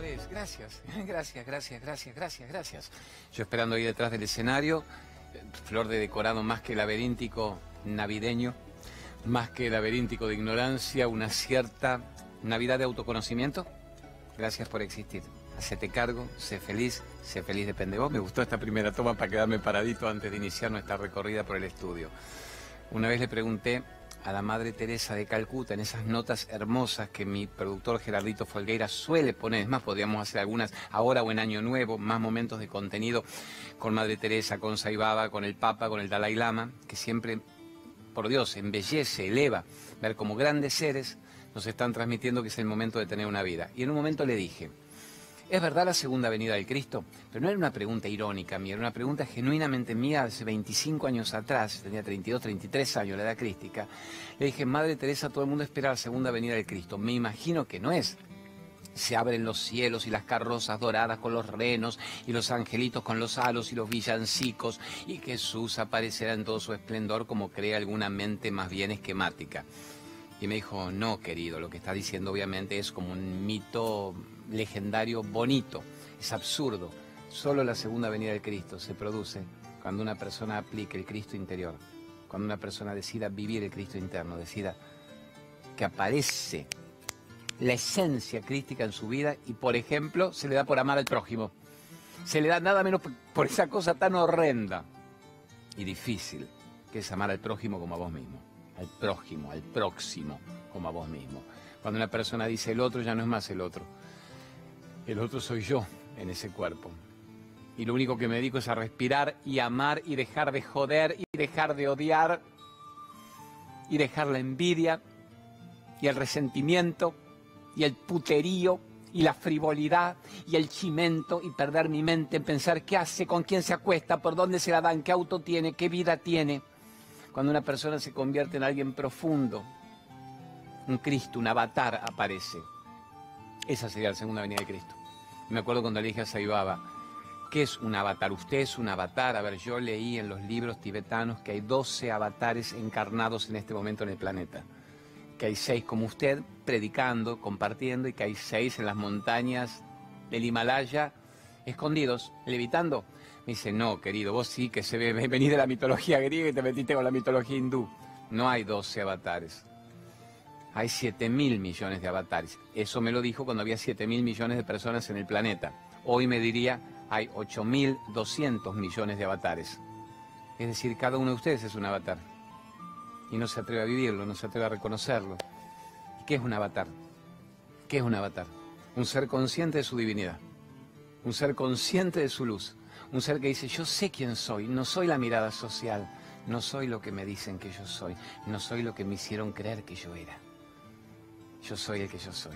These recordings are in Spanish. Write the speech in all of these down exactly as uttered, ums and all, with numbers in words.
Flores, gracias, gracias, gracias, gracias, gracias, gracias. Yo esperando ahí detrás del escenario, flor de decorado más que laberíntico navideño, más que laberíntico de ignorancia, una cierta Navidad de autoconocimiento. Gracias por existir. Hacete cargo, sé feliz, sé feliz, depende de vos. Me gustó esta primera toma para quedarme paradito antes de iniciar nuestra recorrida por el estudio. Una vez le pregunté a la Madre Teresa de Calcuta en esas notas hermosas que mi productor Gerardito Folgueira suele poner, es más, podríamos hacer algunas ahora o en Año Nuevo, más momentos de contenido con Madre Teresa, con Sai Baba, con el Papa, con el Dalai Lama, que siempre, por Dios, embellece, eleva, ver como grandes seres nos están transmitiendo que es el momento de tener una vida. Y en un momento le dije, ¿es verdad la segunda venida del Cristo? Pero no era una pregunta irónica mía, era una pregunta genuinamente mía hace veinticinco años atrás, tenía treinta y dos, treinta y tres años, la edad crística. Le dije, Madre Teresa, todo el mundo espera la segunda venida del Cristo. Me imagino que no es. Se abren los cielos y las carrozas doradas con los renos y los angelitos con los halos y los villancicos y Jesús aparecerá en todo su esplendor como cree alguna mente más bien esquemática. Y me dijo, no, querido, lo que está diciendo obviamente es como un mito legendario bonito, es absurdo. Solo la segunda venida del Cristo se produce cuando una persona aplique el Cristo interior, cuando una persona decida vivir el Cristo interno, decida que aparece la esencia crística en su vida y, por ejemplo, se le da por amar al prójimo. Se le da nada menos por esa cosa tan horrenda y difícil que es amar al prójimo como a vos mismo. Al prójimo, al próximo, como a vos mismo. Cuando una persona dice el otro, ya no es más el otro. El otro soy yo en ese cuerpo. Y lo único que me dedico es a respirar y amar y dejar de joder y dejar de odiar y dejar la envidia y el resentimiento y el puterío y la frivolidad y el chimento y perder mi mente en pensar qué hace, con quién se acuesta, por dónde se la dan, qué auto tiene, qué vida tiene. Cuando una persona se convierte en alguien profundo, un Cristo, un avatar aparece. Esa sería la segunda venida de Cristo. Me acuerdo cuando le dije a Sai Baba, ¿qué es un avatar? Usted es un avatar. A ver, yo leí en los libros tibetanos que hay doce avatares encarnados en este momento en el planeta. Que hay seis como usted, predicando, compartiendo, y que hay seis en las montañas del Himalaya, escondidos, levitando. Me dice, no, querido, vos sí que se ve, venís de la mitología griega y te metiste con la mitología hindú. No hay doce avatares. Hay siete mil millones de avatares. Eso me lo dijo cuando había siete mil millones de personas en el planeta. Hoy me diría, hay ocho mil doscientos millones de avatares. Es decir, cada uno de ustedes es un avatar. Y no se atreve a vivirlo, no se atreve a reconocerlo. ¿Y qué es un avatar? ¿Qué es un avatar? Un ser consciente de su divinidad. Un ser consciente de su luz. Un ser que dice, yo sé quién soy, no soy la mirada social, no soy lo que me dicen que yo soy, no soy lo que me hicieron creer que yo era. Yo soy el que yo soy.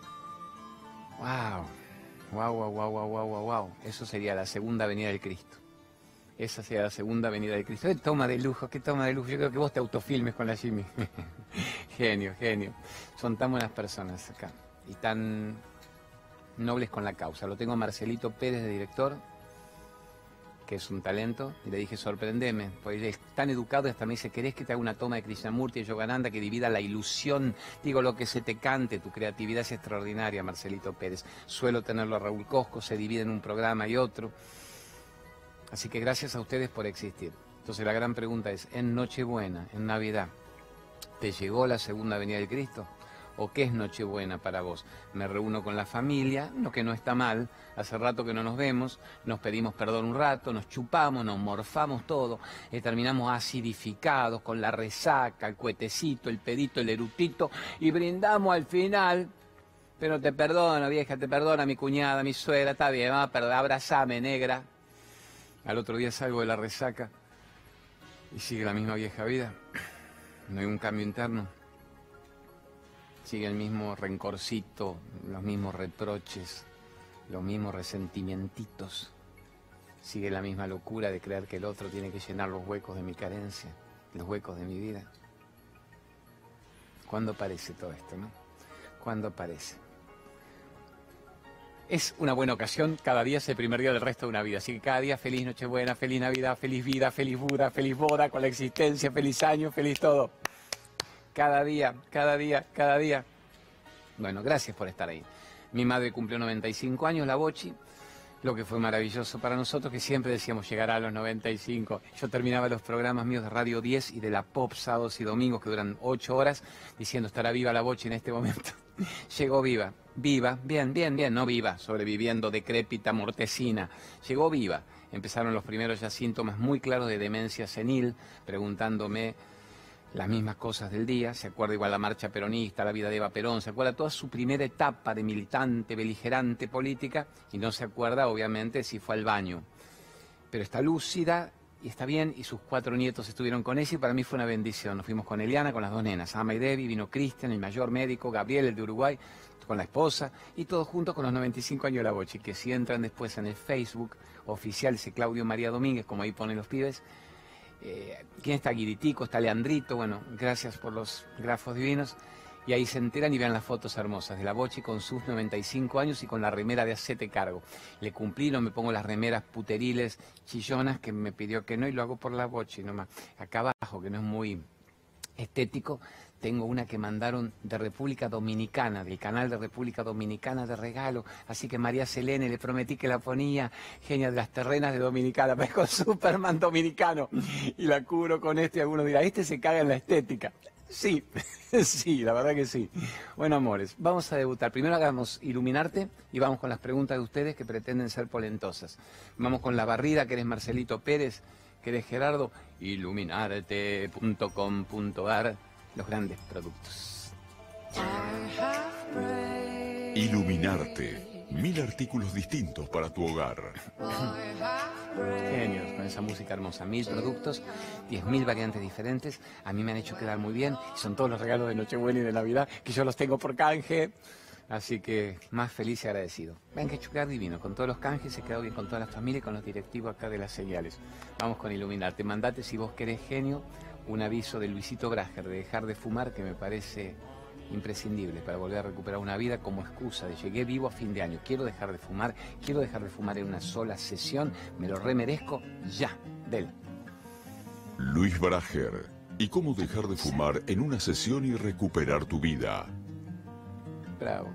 Wow, wow, wow, wow, wow, wow, wow, wow. Eso sería la segunda venida del Cristo. Esa sería la segunda venida del Cristo. ¡Qué toma de lujo, qué toma de lujo! Yo creo que vos te autofilmes con la Jimmy. Genio, genio. Son tan buenas personas acá y tan nobles con la causa. Lo tengo a Marcelito Pérez de director, que es un talento, y le dije, sorprendeme, porque es tan educado, hasta me dice, ¿querés que te haga una toma de Krishnamurti y Yogananda que divida la ilusión? Digo, lo que se te cante, tu creatividad es extraordinaria, Marcelito Pérez. Suelo tenerlo a Raúl Cosco, se divide en un programa y otro. Así que gracias a ustedes por existir. Entonces la gran pregunta es, en Nochebuena, en Navidad, ¿te llegó la segunda venida del Cristo? ¿O qué es Nochebuena para vos? Me reúno con la familia, lo que no está mal, hace rato que no nos vemos, nos pedimos perdón un rato, nos chupamos, nos morfamos todo, eh, terminamos acidificados con la resaca, el cuetecito, el pedito, el erutito, y brindamos al final. Pero te perdono, vieja, te perdona mi cuñada, mi suegra, está bien, va, abrazame, negra. Al otro día salgo de la resaca y sigue la misma vieja vida, no hay un cambio interno. Sigue el mismo rencorcito, los mismos reproches, los mismos resentimientitos. Sigue la misma locura de creer que el otro tiene que llenar los huecos de mi carencia, los huecos de mi vida. ¿Cuándo aparece todo esto, no? ¿Cuándo aparece? Es una buena ocasión, cada día es el primer día del resto de una vida, así que cada día feliz Nochebuena, feliz Navidad, feliz vida, feliz Buda, feliz boda con la existencia, feliz año, feliz todo. Cada día, cada día, cada día. Bueno, gracias por estar ahí. Mi madre cumplió noventa y cinco años, la Bochi, lo que fue maravilloso para nosotros, que siempre decíamos llegar a los noventa y cinco. Yo terminaba los programas míos de Radio diez y de la Pop sábados y domingos, que duran ocho horas, diciendo estará viva la Bochi en este momento. Llegó viva, viva, bien, bien, bien, no viva, sobreviviendo, decrépita, mortecina. Llegó viva. Empezaron los primeros ya síntomas muy claros de demencia senil, preguntándome las mismas cosas del día. Se acuerda igual la marcha peronista, la vida de Eva Perón, se acuerda toda su primera etapa de militante, beligerante política, y no se acuerda, obviamente, si fue al baño. Pero está lúcida y está bien, y sus cuatro nietos estuvieron con ella, y para mí fue una bendición. Nos fuimos con Eliana, con las dos nenas, Ama y Debbie, vino Cristian, el mayor médico, Gabriel, el de Uruguay, con la esposa, y todos juntos con los noventa y cinco años de la Bochi, que si entran después en el Facebook oficial, ese Claudio María Domínguez, como ahí ponen los pibes. Eh, ¿Quién está? Guiritico, está Leandrito, bueno, gracias por los grafos divinos. Y ahí se enteran y vean las fotos hermosas de la Bochi con sus noventa y cinco años y con la remera de Hacete Cargo. Le cumplí, no me pongo las remeras puteriles, chillonas, que me pidió que no, y lo hago por la Bochi nomás. Acá abajo, que no es muy estético, tengo una que mandaron de República Dominicana, del canal de República Dominicana de regalo, así que María Selene le prometí que la ponía, genia de las terrenas de Dominicana, pero es con Superman dominicano, y la cubro con este, y algunos dirán, este se caga en la estética. Sí, sí, la verdad que sí. Bueno, amores, vamos a debutar. Primero hagamos Iluminarte y vamos con las preguntas de ustedes que pretenden ser polentosas. Vamos con la barrida, que eres Marcelito Pérez, que eres Gerardo, iluminarte punto com punto ar, los grandes productos. Iluminarte, mil artículos distintos para tu hogar. Genios, con esa música hermosa, mil productos, diez mil variantes diferentes, a mí me han hecho quedar muy bien, y son todos los regalos de Nochebuena y de Navidad, que yo los tengo por canje, así que más feliz y agradecido. Ven que chucar divino, con todos los canjes se quedó bien con toda la familia y con los directivos acá de las señales. Vamos con Iluminarte, mandate si vos querés, genio, un aviso de Luisito Brager de dejar de fumar, que me parece imprescindible para volver a recuperar una vida, como excusa de llegué vivo a fin de año, quiero dejar de fumar, quiero dejar de fumar en una sola sesión, me lo remerezco ya, del Luis Brager, ¿y cómo dejar de fumar en una sesión y recuperar tu vida? Bravo.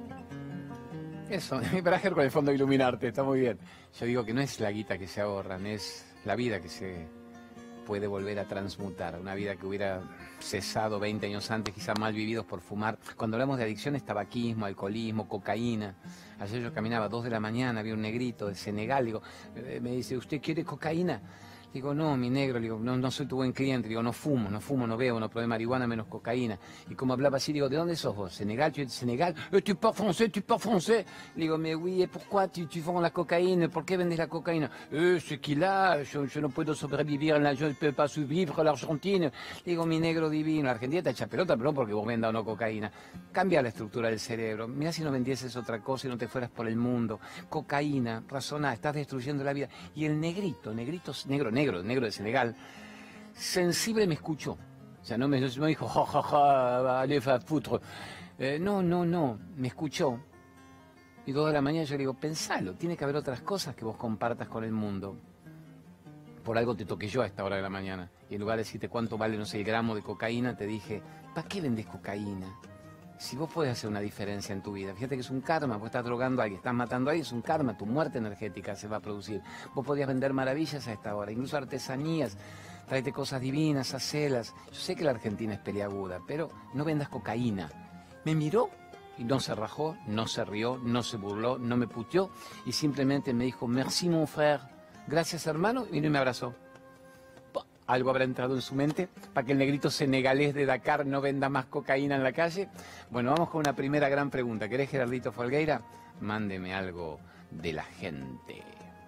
Eso, Brager con el fondo de Iluminarte, está muy bien. Yo digo que no es la guita que se ahorran, es la vida que se puede volver a transmutar, una vida que hubiera cesado veinte años antes, quizá mal vividos por fumar. Cuando hablamos de adicciones, tabaquismo, alcoholismo, cocaína. Ayer yo caminaba a dos de la mañana, había un negrito de Senegal, digo, me dice, ¿usted quiere cocaína? Digo, no, mi negro, digo, no, no soy tu buen cliente, digo, no fumo, no fumo, no bebo, no probé marihuana menos cocaína. Y como hablaba así, digo, ¿de dónde sos vos? ¿Senegal? ¿Tu es de Senegal? Eh, tu parles français, tu parles français. Digo, mais oui, et pourquoi tu, tu vends la cocaïne? ¿Por qué vendes la cocaína? Eh, c'est qu'il a, yo, yo no puedo sobrevivir, en la, yo no puedo pas sobrevivir a la Argentina. Digo, mi negro divino, la Argentina te echa pelota, pero no porque vos vendas o no cocaína. Cambia la estructura del cerebro. Mirá si no vendieses otra cosa y no te fueras por el mundo. Cocaína, razoná, estás destruyendo la vida. Y el negrito, negrito, negro, negro, negro de Senegal, sensible me escuchó. O sea, no me, no me dijo, ja, ja, ja, allez, va, foutre. Eh, no, no, no, me escuchó. Y dos de la mañana yo le digo, pensalo, tiene que haber otras cosas que vos compartas con el mundo. Por algo te toqué yo a esta hora de la mañana. Y en lugar de decirte cuánto vale, no sé, el gramo de cocaína, te dije, ¿para qué vendes cocaína? Si vos podés hacer una diferencia en tu vida, fíjate que es un karma, vos estás drogando a alguien, estás matando a alguien, es un karma, tu muerte energética se va a producir. Vos podías vender maravillas a esta hora, incluso artesanías, tráete cosas divinas, hacelas. Yo sé que la Argentina es peliaguda, pero no vendas cocaína. Me miró y no se rajó, no se rió, no se burló, no me puteó y simplemente me dijo, merci mon frère, gracias hermano, y vino y me abrazó. Algo habrá entrado en su mente para que el negrito senegalés de Dakar no venda más cocaína en la calle. Bueno, vamos con una primera gran pregunta. ¿Querés, Gerardito Folgueira? Mándeme algo de la gente.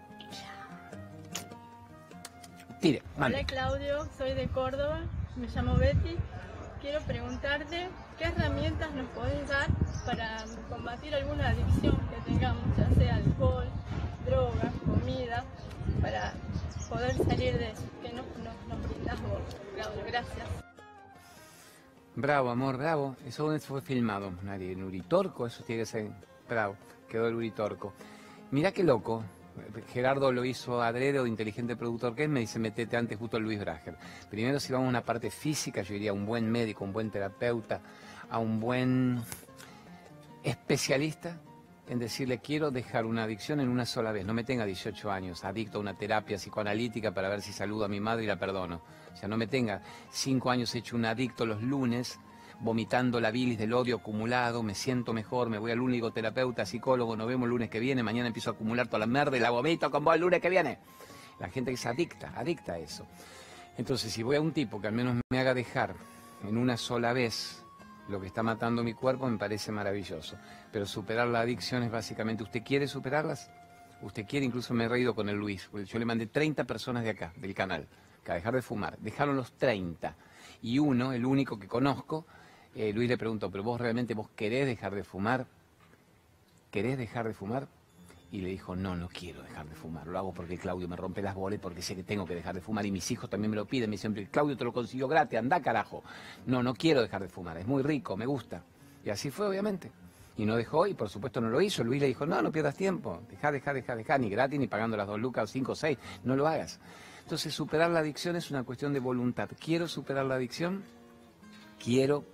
Tire, mande. Hola Claudio, soy de Córdoba, me llamo Betty. Quiero preguntarte qué herramientas nos podés dar para combatir alguna adicción que tengamos, ya sea alcohol, drogas, comida, para poder salir de eso. ¿Qué nos, nos, nos brindás vos, Claudio? Gracias. Bravo, amor, bravo. Eso dónde fue filmado, nadie, en Uritorco, eso tiene que ser. Bravo, quedó el Uritorco. Mirá qué loco. Gerardo lo hizo adrede o inteligente productor que es, me dice metete antes justo a Luis Brager. Primero si vamos a una parte física, yo diría a un buen médico, un buen terapeuta, a un buen especialista en decirle, quiero dejar una adicción en una sola vez. No me tenga dieciocho años, adicto a una terapia psicoanalítica para ver si saludo a mi madre y la perdono. O sea, no me tenga cinco años hecho un adicto los lunes, vomitando la bilis del odio acumulado, me siento mejor, me voy al único terapeuta, psicólogo, nos vemos el lunes que viene, mañana empiezo a acumular toda la mierda y la vomito con vos el lunes que viene. La gente que es adicta, adicta a eso. Entonces, si voy a un tipo que al menos me haga dejar en una sola vez lo que está matando mi cuerpo, me parece maravilloso. Pero superar la adicción es básicamente, ¿usted quiere superarlas? Usted quiere, incluso me he reído con el Luis, porque yo le mandé treinta personas de acá, del canal, que a dejar de fumar. Dejaron los treinta. Y uno, el único que conozco, eh, Luis le preguntó, ¿pero vos realmente vos querés dejar de fumar? ¿Querés dejar de fumar? Y le dijo, no, no quiero dejar de fumar, lo hago porque Claudio me rompe las bolas, porque sé que tengo que dejar de fumar y mis hijos también me lo piden, me dicen, Claudio te lo consiguió gratis, anda carajo. No, no quiero dejar de fumar, es muy rico, me gusta. Y así fue, obviamente. Y no dejó, y por supuesto no lo hizo. Luis le dijo, no, no pierdas tiempo, dejá, dejá, dejá, dejá, ni gratis, ni pagando las dos lucas, o cinco o seis, no lo hagas. Entonces, superar la adicción es una cuestión de voluntad. ¿Quiero superar la adicción? Quiero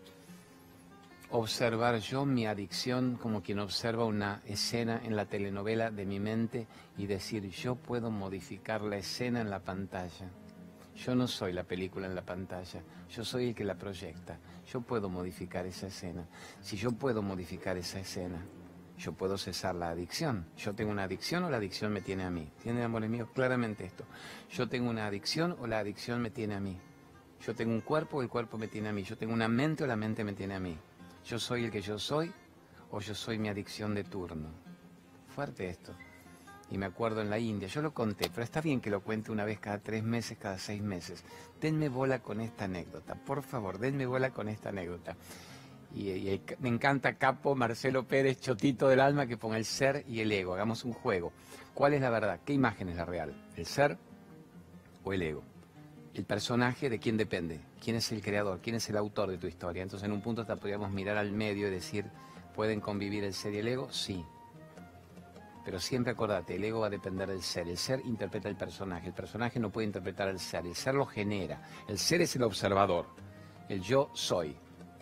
observar yo mi adicción como quien observa una escena en la telenovela de mi mente y decir, yo puedo modificar la escena en la pantalla. Yo no soy la película en la pantalla, yo soy el que la proyecta. Yo puedo modificar esa escena. Si yo puedo modificar esa escena, yo puedo cesar la adicción. Yo tengo una adicción o la adicción me tiene a mí. ¿Entienden, amores míos? Claramente esto. Yo tengo una adicción o la adicción me tiene a mí. Yo tengo un cuerpo o el cuerpo me tiene a mí. Yo tengo una mente o la mente me tiene a mí. Yo soy el que yo soy o yo soy mi adicción de turno. Fuerte esto. Y me acuerdo en la India, yo lo conté, pero está bien que lo cuente una vez cada tres meses, cada seis meses. Denme bola con esta anécdota, por favor, denme bola con esta anécdota. Y, y me encanta Capo, Marcelo Pérez, Chotito del alma, que ponga el ser y el ego. Hagamos un juego. ¿Cuál es la verdad? ¿Qué imagen es la real? ¿El ser o el ego? El personaje, ¿de quién depende? ¿Quién es el creador? ¿Quién es el autor de tu historia? Entonces en un punto hasta podríamos mirar al medio y decir, ¿pueden convivir el ser y el ego? Sí. Pero siempre acordate, el ego va a depender del ser. El ser interpreta el personaje. El personaje no puede interpretar al ser. El ser lo genera. El ser es el observador. El yo soy.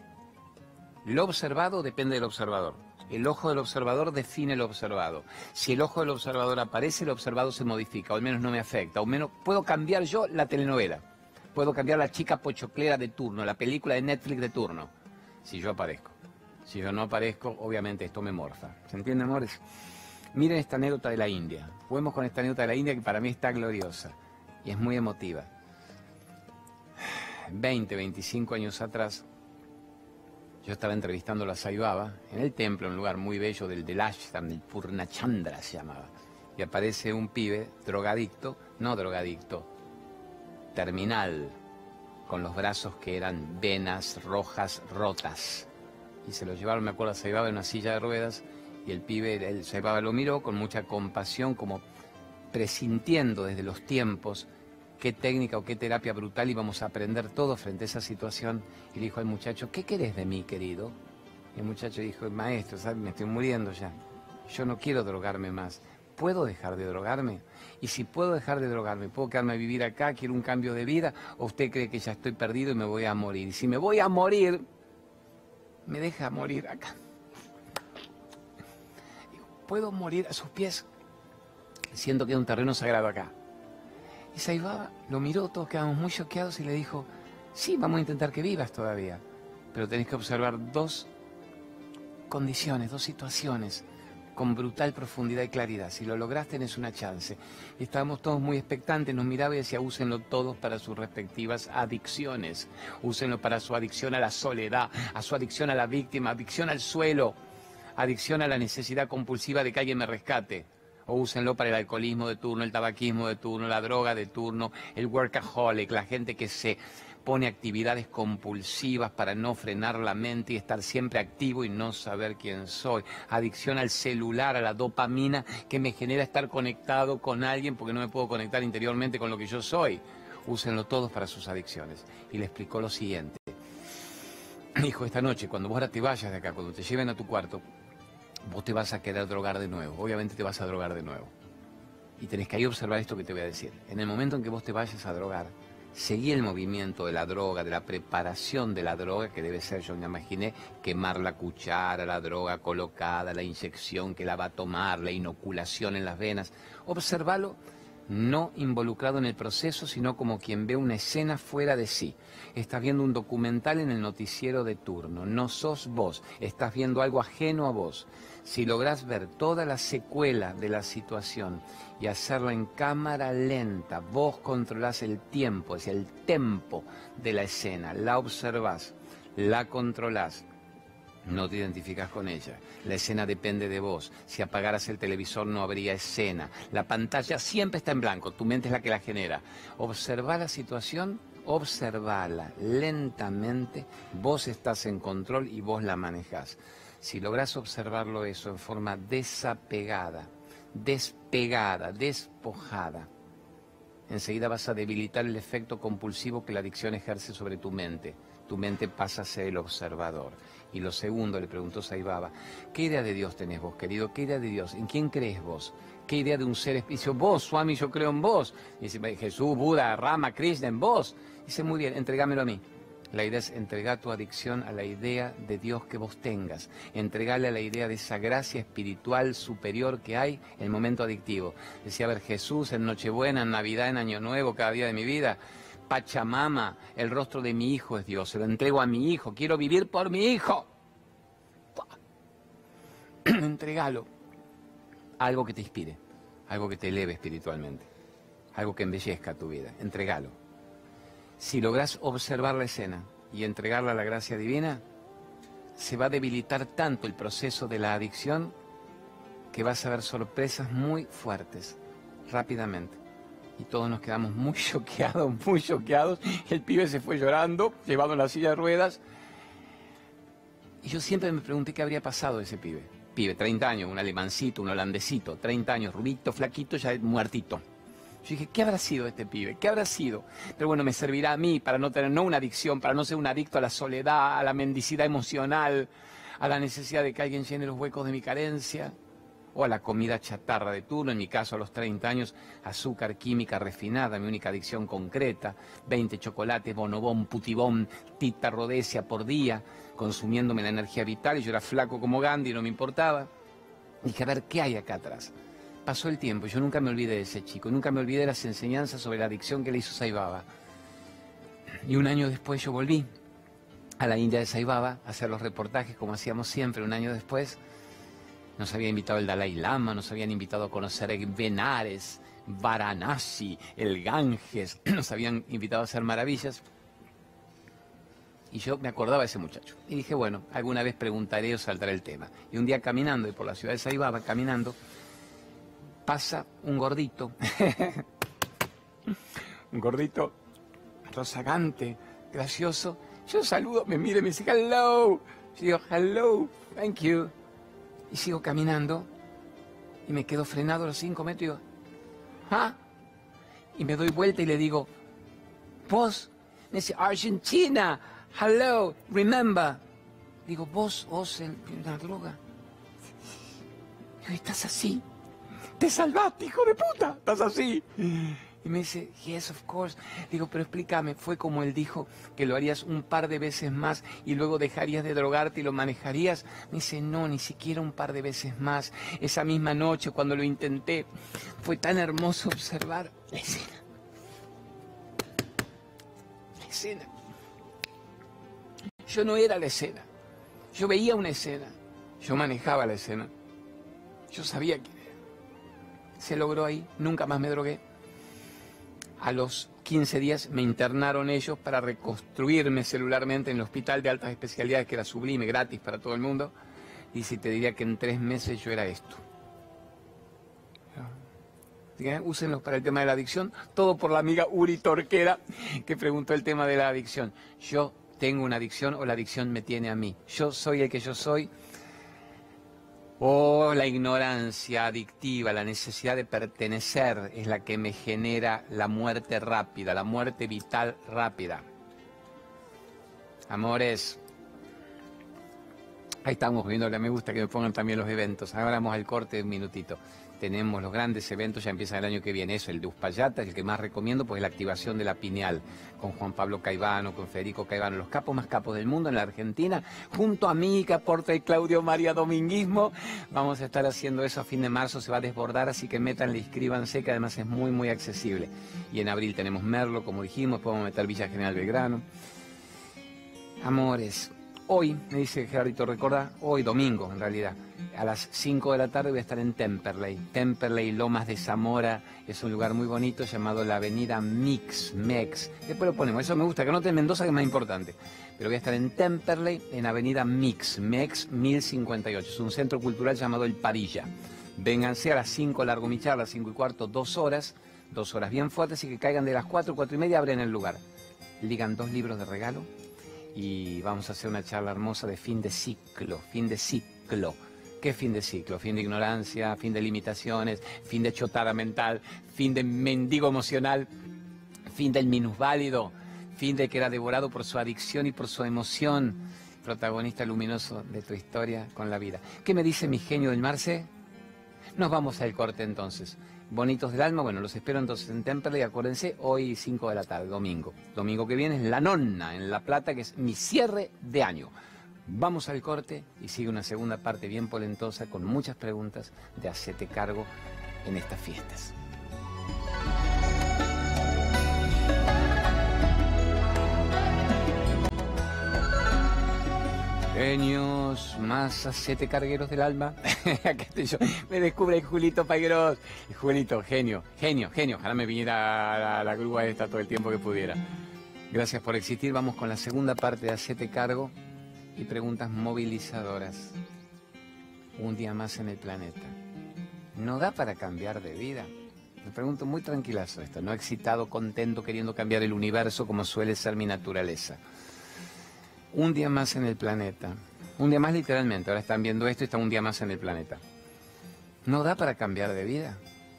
Lo observado depende del observador. El ojo del observador define lo observado. Si el ojo del observador aparece, el observado se modifica, o al menos no me afecta, o menos puedo cambiar yo la telenovela. Puedo cambiar la chica pochoclera de turno, la película de Netflix de turno, si yo aparezco. Si yo no aparezco, obviamente esto me morfa. ¿Se entiende, amores? Miren esta anécdota de la India. Juguemos con esta anécdota de la India que para mí está gloriosa y es muy emotiva. veinte, veinticinco años atrás, yo estaba entrevistando a la Sai Baba en el templo, en un lugar muy bello del, del Ashram, del Purnachandra se llamaba. Y aparece un pibe drogadicto, no drogadicto, terminal, con los brazos que eran venas rojas rotas. Y se lo llevaron, me acuerdo, a Sai Baba en una silla de ruedas. Y el pibe, el Sai Baba lo miró con mucha compasión, como presintiendo desde los tiempos qué técnica o qué terapia brutal íbamos a aprender todos frente a esa situación. Y le dijo al muchacho, ¿qué querés de mí, querido? Y el muchacho dijo, maestro, ¿sabes? Me estoy muriendo ya. Yo no quiero drogarme más. ¿Puedo dejar de drogarme? Y si puedo dejar de drogarme, ¿puedo quedarme a vivir acá? ¿Quiero un cambio de vida? ¿O usted cree que ya estoy perdido y me voy a morir? Y si me voy a morir, me deja morir acá. ¿Puedo morir a sus pies? Siento que hay un terreno sagrado acá. Y Sai Baba lo miró, todos quedamos muy choqueados y le dijo, sí, vamos a intentar que vivas todavía, pero tenés que observar dos condiciones, dos situaciones con brutal profundidad y claridad. Si lo lográs, tenés una chance. Y estábamos todos muy expectantes, nos miraba y decía, úsenlo todos para sus respectivas adicciones. Úsenlo para su adicción a la soledad, a su adicción a la víctima, adicción al suelo, adicción a la necesidad compulsiva de que alguien me rescate. O úsenlo para el alcoholismo de turno, el tabaquismo de turno, la droga de turno, el workaholic, la gente que se pone actividades compulsivas para no frenar la mente y estar siempre activo y no saber quién soy. Adicción al celular, a la dopamina que me genera estar conectado con alguien porque no me puedo conectar interiormente con lo que yo soy. Úsenlo todos para sus adicciones. Y le explicó lo siguiente. Dijo, esta noche, cuando vos ahora te vayas de acá, cuando te lleven a tu cuarto, vos te vas a querer drogar de nuevo, obviamente te vas a drogar de nuevo. Y tenés que ahí observar esto que te voy a decir. En el momento en que vos te vayas a drogar, Seguí el movimiento de la droga, de la preparación de la droga, que debe ser, yo me imaginé, quemar la cuchara, la droga colocada, la inyección que la va a tomar, la inoculación en las venas. Observalo, no involucrado en el proceso, sino como quien ve una escena fuera de sí. Estás viendo un documental en el noticiero de turno, no sos vos, estás viendo algo ajeno a vos. Si lográs ver toda la secuela de la situación y hacerlo en cámara lenta, vos controlás el tiempo, es el tempo de la escena, la observás, la controlás, no te identificás con ella. La escena depende de vos. Si apagaras el televisor no habría escena. La pantalla siempre está en blanco, tu mente es la que la genera. Observá la situación, observala lentamente, vos estás en control y vos la manejás. Si lográs observarlo eso en forma desapegada, despegada, despojada, enseguida vas a debilitar el efecto compulsivo que la adicción ejerce sobre tu mente. Tu mente pasa a ser el observador. Y lo segundo, le preguntó Sai Baba, ¿qué idea de Dios tenés vos, querido? ¿Qué idea de Dios? ¿En quién crees vos? ¿Qué idea de un ser espiritual? Vos, Swami, yo creo en vos. Dice, Jesús, Buda, Rama, Krishna, en vos. Dice, muy bien, entregámelo a mí. La idea es entregar tu adicción a la idea de Dios que vos tengas. Entregarle a la idea de esa gracia espiritual superior que hay en el momento adictivo. Decía, a ver, Jesús en Nochebuena, en Navidad, en Año Nuevo, cada día de mi vida. Pachamama, el rostro de mi hijo es Dios. Se lo entrego a mi hijo. Quiero vivir por mi hijo. Entregalo. Algo que te inspire. Algo que te eleve espiritualmente. Algo que embellezca tu vida. Entregalo. Si lográs observar la escena y entregarla a la gracia divina, se va a debilitar tanto el proceso de la adicción que vas a ver sorpresas muy fuertes, rápidamente. Y todos nos quedamos muy choqueados, muy choqueados. El pibe se fue llorando, llevado en la silla de ruedas. Y yo siempre me pregunté qué habría pasado ese pibe. Pibe, treinta años, un alemancito, un holandesito, treinta años, rubito, flaquito, ya muertito. Yo dije, ¿qué habrá sido este pibe? ¿Qué habrá sido? Pero bueno, me servirá a mí para no tener no una adicción, para no ser un adicto a la soledad, a la mendicidad emocional, a la necesidad de que alguien llene los huecos de mi carencia, o a la comida chatarra de turno, en mi caso a los treinta años, azúcar química refinada, mi única adicción concreta, veinte chocolates, bonobón, putibón, tita rodecia por día, consumiéndome la energía vital, y yo era flaco como Gandhi, no me importaba. Dije, a ver, ¿qué hay acá atrás? Pasó el tiempo, yo nunca me olvidé de ese chico, nunca me olvidé de las enseñanzas sobre la adicción que le hizo Sai Baba. Y un año después yo volví a la India de Sai Baba a hacer los reportajes como hacíamos siempre. Un año después nos había invitado el Dalai Lama, nos habían invitado a conocer Benares, Varanasi, el Ganges, nos habían invitado a hacer maravillas. Y yo me acordaba de ese muchacho. Y dije, bueno, alguna vez preguntaré o saltaré el tema. Y un día caminando, y por la ciudad de Sai Baba, caminando, pasa un gordito, un gordito rozagante, gracioso. Yo saludo, me mira y me dice, hello. Yo digo, hello, thank you. Y sigo caminando y me quedo frenado a los cinco metros y digo, ¿ah? Y me doy vuelta y le digo, vos, me dice, Argentina, hello, remember. Digo, vos, vos, en la droga. Digo, estás así. Te salvaste, hijo de puta, estás así. Y me dice, yes, of course. Digo, pero explícame, fue como él dijo que lo harías un par de veces más y luego dejarías de drogarte y lo manejarías. Me dice, no, ni siquiera un par de veces más. Esa misma noche cuando lo intenté, fue tan hermoso observar la escena. La escena. Yo no era la escena. Yo veía una escena. Yo manejaba la escena. Yo sabía quién era. Se logró ahí, nunca más me drogué. A los quince días me internaron ellos para reconstruirme celularmente en el hospital de altas especialidades, que era sublime, gratis para todo el mundo. Y si te diría que en tres meses yo era esto. Úsenlos para el tema de la adicción. Todo por la amiga Uri Torquera, que preguntó el tema de la adicción. Yo tengo una adicción o la adicción me tiene a mí. Yo soy el que yo soy. O la ignorancia adictiva, la necesidad de pertenecer es la que me genera la muerte rápida, la muerte vital rápida. Amores, Ahí estamos viendo, me gusta que me pongan también los eventos. Ahora vamos al corte de un minutito. Tenemos los grandes eventos, ya empiezan el año que viene. Eso, el de Uspallata, el que más recomiendo, pues la activación de la pineal, con Juan Pablo Caivano, con Federico Caivano, los capos más capos del mundo en la Argentina, junto a mí, que aporta el Claudio María Dominguismo. Vamos a estar haciendo eso a fin de marzo, se va a desbordar, así que métanle, inscríbanse, que además es muy, muy accesible. Y en abril tenemos Merlo, como dijimos, podemos meter Villa General Belgrano. Amores, hoy, me dice Gerardito, recuerda, hoy domingo en realidad, a las cinco de la tarde voy a estar en Temperley. Temperley, Lomas de Zamora, es un lugar muy bonito llamado la Avenida Mix, Mex. Después lo ponemos, eso me gusta, que anoten Mendoza, que es más importante. Pero voy a estar en Temperley, en Avenida Mix, Mex mil cincuenta y ocho. Es un centro cultural llamado El Parilla. Vénganse a las cinco, largo mi charla, cinco y cuarto, dos horas, dos horas bien fuertes, y que caigan de las cuatro, cuatro y media, abren el lugar. Ligan dos libros de regalo y vamos a hacer una charla hermosa de fin de ciclo, fin de ciclo. ¿Qué fin de ciclo? Fin de ignorancia, fin de limitaciones, fin de chotada mental, fin de mendigo emocional, fin del minusválido, fin de que era devorado por su adicción y por su emoción, protagonista luminoso de tu historia con la vida. ¿Qué me dice mi genio del Marce? Nos vamos al corte entonces. Bonitos del alma, bueno, los espero entonces en Temperley, acuérdense, hoy cinco de la tarde, domingo. Domingo que viene es La Nonna, en La Plata, que es mi cierre de año. Vamos al corte y sigue una segunda parte bien polentosa con muchas preguntas de Hacete Cargo en estas fiestas. Genios, más hacete cargueros del alma. Acá estoy yo. Me descubre el Julito Pagueros. El Julito, genio, genio, genio. Ojalá me viniera a la, la grúa esta todo el tiempo que pudiera. Gracias por existir. Vamos con la segunda parte de Hacete Cargo y preguntas movilizadoras. Un día más en el planeta. ¿No da para cambiar de vida? Me pregunto muy tranquilazo esto, no excitado, contento, queriendo cambiar el universo como suele ser mi naturaleza. Un día más en el planeta. Un día más literalmente. Ahora están viendo esto y está un día más en el planeta. ¿No da para cambiar de vida?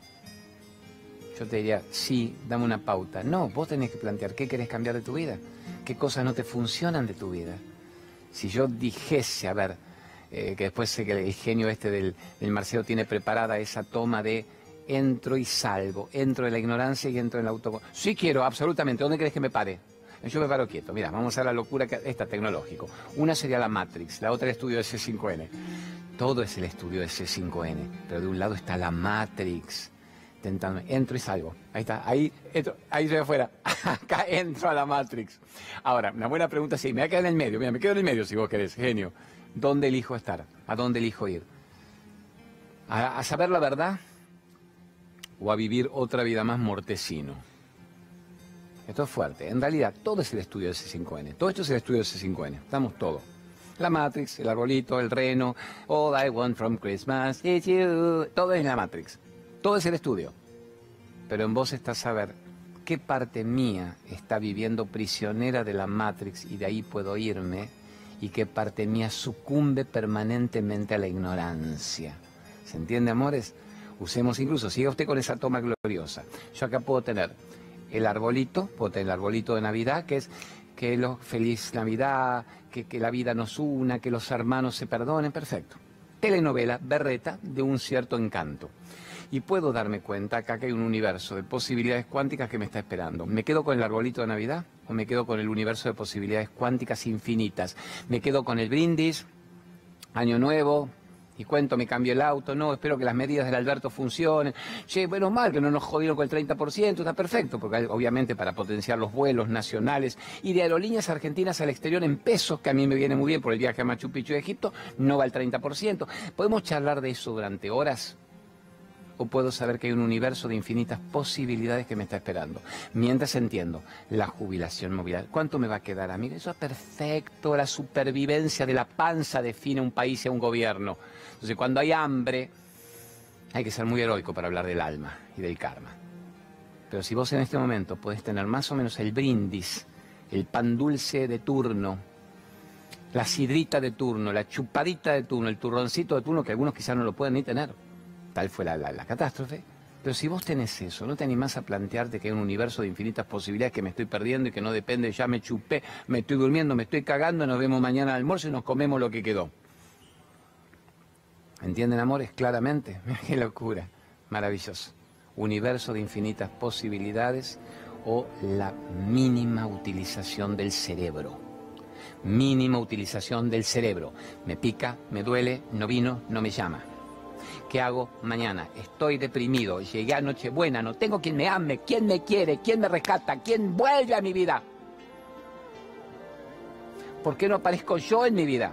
Yo te diría, sí, dame una pauta. No, vos tenés que plantear qué querés cambiar de tu vida. ¿Qué cosas no te funcionan de tu vida? Si yo dijese, a ver, eh, que después sé que el genio este del, del Marcelo tiene preparada esa toma de entro y salgo, entro en la ignorancia y entro en la auto... Sí quiero, absolutamente. ¿Dónde querés que me pare? Yo me paro quieto. Mira, vamos a la locura que esta tecnológico. Una sería la Matrix, la otra el estudio de C cinco N. Todo es el estudio de C cinco N, pero de un lado está la Matrix. Tentando, entro y salgo. Ahí está, ahí entro, ahí estoy afuera. Acá entro a la Matrix. Ahora, una buena pregunta, sí, me voy a quedar en el medio. Mira, me quedo en el medio si vos querés, genio. ¿Dónde elijo estar? ¿A dónde elijo ir? ¿A, a saber la verdad? ¿O a vivir otra vida más mortecino? Esto es fuerte. En realidad, todo es el estudio de C cinco N. Todo esto es el estudio de C cinco N. Estamos todos. La Matrix, el arbolito, el reno, all I want from Christmas is you. Todo es la Matrix. Todo es el estudio. Pero en vos está saber qué parte mía está viviendo prisionera de la Matrix y de ahí puedo irme, y qué parte mía sucumbe permanentemente a la ignorancia. ¿Se entiende, amores? Usemos incluso, siga usted con esa toma gloriosa. Yo acá puedo tener el arbolito, puedo tener el arbolito de Navidad, que es que lo feliz Navidad, que, que la vida nos una, que los hermanos se perdonen, perfecto. Telenovela, berreta, de un cierto encanto. Y puedo darme cuenta acá que hay un universo de posibilidades cuánticas que me está esperando. ¿Me quedo con el arbolito de Navidad o me quedo con el universo de posibilidades cuánticas infinitas? ¿Me quedo con el brindis, Año Nuevo, y cuento, me cambio el auto? No, espero que las medidas del Alberto funcionen. Che, bueno, mal, que no nos jodieron con el treinta por ciento, está perfecto, porque obviamente para potenciar los vuelos nacionales y de aerolíneas argentinas al exterior en pesos, que a mí me viene muy bien por el viaje a Machu Picchu de Egipto, no va el treinta por ciento. ¿Podemos charlar de eso durante horas? ¿O puedo saber que hay un universo de infinitas posibilidades que me está esperando? Mientras entiendo la jubilación movilidad. ¿Cuánto me va a quedar, amigo? Eso es perfecto. La supervivencia de la panza define un país y a un gobierno. Entonces, cuando hay hambre, hay que ser muy heroico para hablar del alma y del karma. Pero si vos en este momento podés tener más o menos el brindis, el pan dulce de turno, la sidrita de turno, la chupadita de turno, el turroncito de turno, que algunos quizás no lo pueden ni tener, tal fue la, la, la catástrofe. Pero si vos tenés eso, no te animás a plantearte que hay un universo de infinitas posibilidades que me estoy perdiendo y que no depende, ya me chupé, me estoy durmiendo, me estoy cagando, nos vemos mañana al almuerzo y nos comemos lo que quedó. ¿Entienden, amores? Claramente. ¡Qué locura! Maravilloso. Universo de infinitas posibilidades o la mínima utilización del cerebro. Mínima utilización del cerebro. Me pica, me duele, no vino, no me llama. ¿Qué hago mañana? Estoy deprimido, llegué a Nochebuena, no tengo quien me ame, quien me quiere, quien me rescata, quien vuelve a mi vida. ¿Por qué no aparezco yo en mi vida?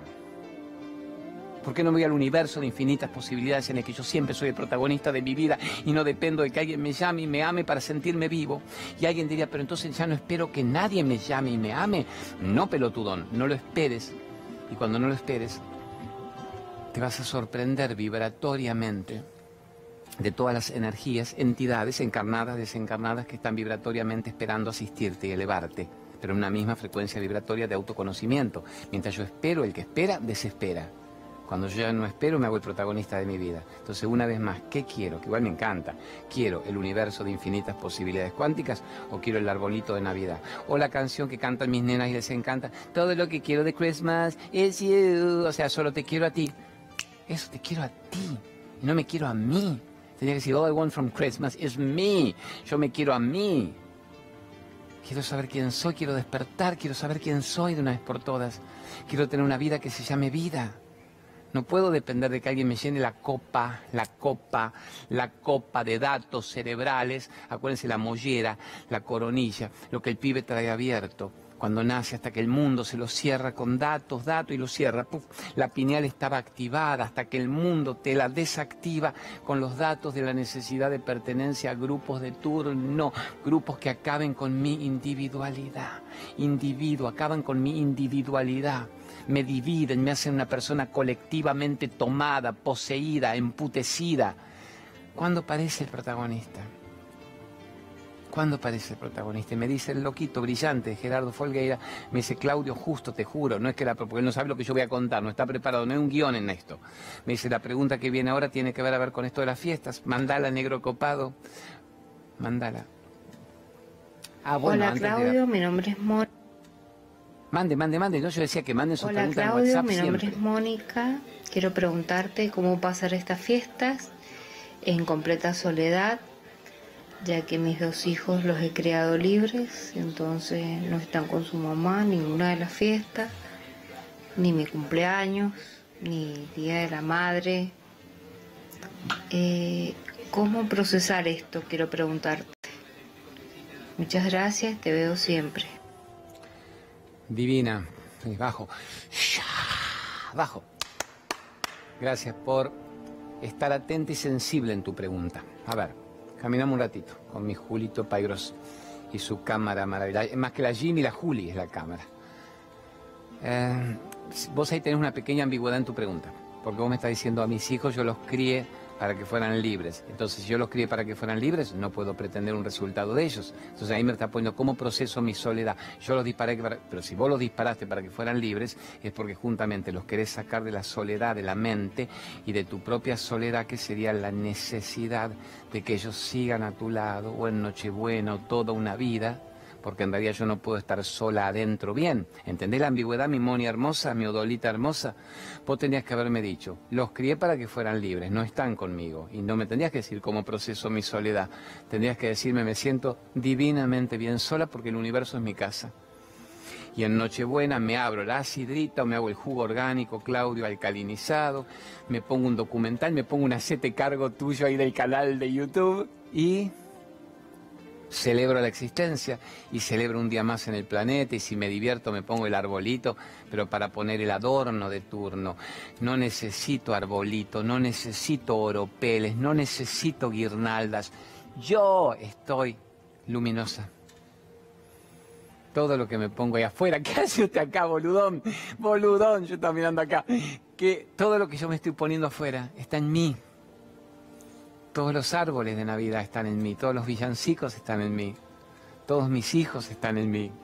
¿Por qué no voy al universo de infinitas posibilidades en el que yo siempre soy el protagonista de mi vida y no dependo de que alguien me llame y me ame para sentirme vivo? Y alguien diría, pero entonces ya no espero que nadie me llame y me ame. No, pelotudón, no lo esperes. Y cuando no lo esperes, te vas a sorprender vibratoriamente de todas las energías, entidades encarnadas, desencarnadas, que están vibratoriamente esperando asistirte y elevarte, pero en una misma frecuencia vibratoria de autoconocimiento. Mientras yo espero, el que espera, desespera. Cuando yo ya no espero, me hago el protagonista de mi vida. Entonces, una vez más, ¿qué quiero? Que igual me encanta. ¿Quiero el universo de infinitas posibilidades cuánticas o quiero el arbolito de Navidad? O la canción que cantan mis nenas y les encanta, todo lo que quiero de Christmas is you. O sea, solo te quiero a ti. Eso, te quiero a ti. Y no me quiero a mí. Tenía que decir, all I want from Christmas is me. Yo me quiero a mí. Quiero saber quién soy, quiero despertar, quiero saber quién soy de una vez por todas. Quiero tener una vida que se llame vida. No puedo depender de que alguien me llene la copa, la copa, la copa de datos cerebrales. Acuérdense, la mollera, la coronilla, lo que el pibe trae abierto cuando nace, hasta que el mundo se lo cierra con datos, datos y lo cierra. Puf, la pineal estaba activada hasta que el mundo te la desactiva con los datos de la necesidad de pertenencia a grupos de turno, grupos que acaben con mi individualidad. Individuo, acaban con mi individualidad. Me dividen, me hacen una persona colectivamente tomada, poseída, emputecida. ¿Cuándo parece el protagonista? ¿Cuándo parece el protagonista? Y me dice el loquito brillante de Gerardo Folgueira, me dice, Claudio, justo, te juro, no es que la, porque él no sabe lo que yo voy a contar, no está preparado, no hay un guión en esto. Me dice, la pregunta que viene ahora tiene que ver a ver con esto de las fiestas. Mandala, negro copado. Mandala. Ah, bueno, Hola, Claudio, de... mi nombre es Mónica. Mande, mande, mande. No, yo decía que manden sus Hola, preguntas Claudio, en WhatsApp mi nombre siempre. es Mónica. Quiero preguntarte cómo pasar estas fiestas en completa soledad, ya que mis dos hijos los he criado libres, entonces no están con su mamá ninguna de las fiestas, ni mi cumpleaños, ni Día de la Madre. Eh, ¿Cómo procesar esto? Quiero preguntarte. Muchas gracias, te veo siempre. Divina, bajo, bajo. Gracias por estar atenta y sensible en tu pregunta. A ver, caminamos un ratito con mi Julito Paigros y su cámara maravillosa. Más que la Jimmy, la Juli es la cámara. Eh, vos ahí tenés una pequeña ambigüedad en tu pregunta, porque vos me estás diciendo, a mis hijos yo los crié para que fueran libres. Entonces, si yo los crié para que fueran libres, no puedo pretender un resultado de ellos. Entonces, ahí me está poniendo cómo proceso mi soledad. Yo los disparé, para... pero si vos los disparaste para que fueran libres, es porque juntamente los querés sacar de la soledad de la mente y de tu propia soledad, que sería la necesidad de que ellos sigan a tu lado, o en Nochebuena, o toda una vida, porque en realidad yo no puedo estar sola adentro bien. ¿Entendés la ambigüedad, mi Moni hermosa, mi Odolita hermosa? Vos tenías que haberme dicho, los crié para que fueran libres, no están conmigo. Y no me tendrías que decir cómo proceso mi soledad. Tendrías que decirme, me siento divinamente bien sola porque el universo es mi casa. Y en Nochebuena me abro la acidrita o me hago el jugo orgánico, Claudio, alcalinizado, me pongo un documental, me pongo un hacete cargo tuyo ahí del canal de YouTube y celebro la existencia y celebro un día más en el planeta, y si me divierto me pongo el arbolito, pero para poner el adorno de turno. No necesito arbolito, no necesito oropeles, no necesito guirnaldas. Yo estoy luminosa. Todo lo que me pongo ahí afuera, ¿qué hace usted acá, boludón? Boludón, yo estaba mirando acá. Que todo lo que yo me estoy poniendo afuera está en mí. Todos los árboles de Navidad están en mí, todos los villancicos están en mí, todos mis hijos están en mí,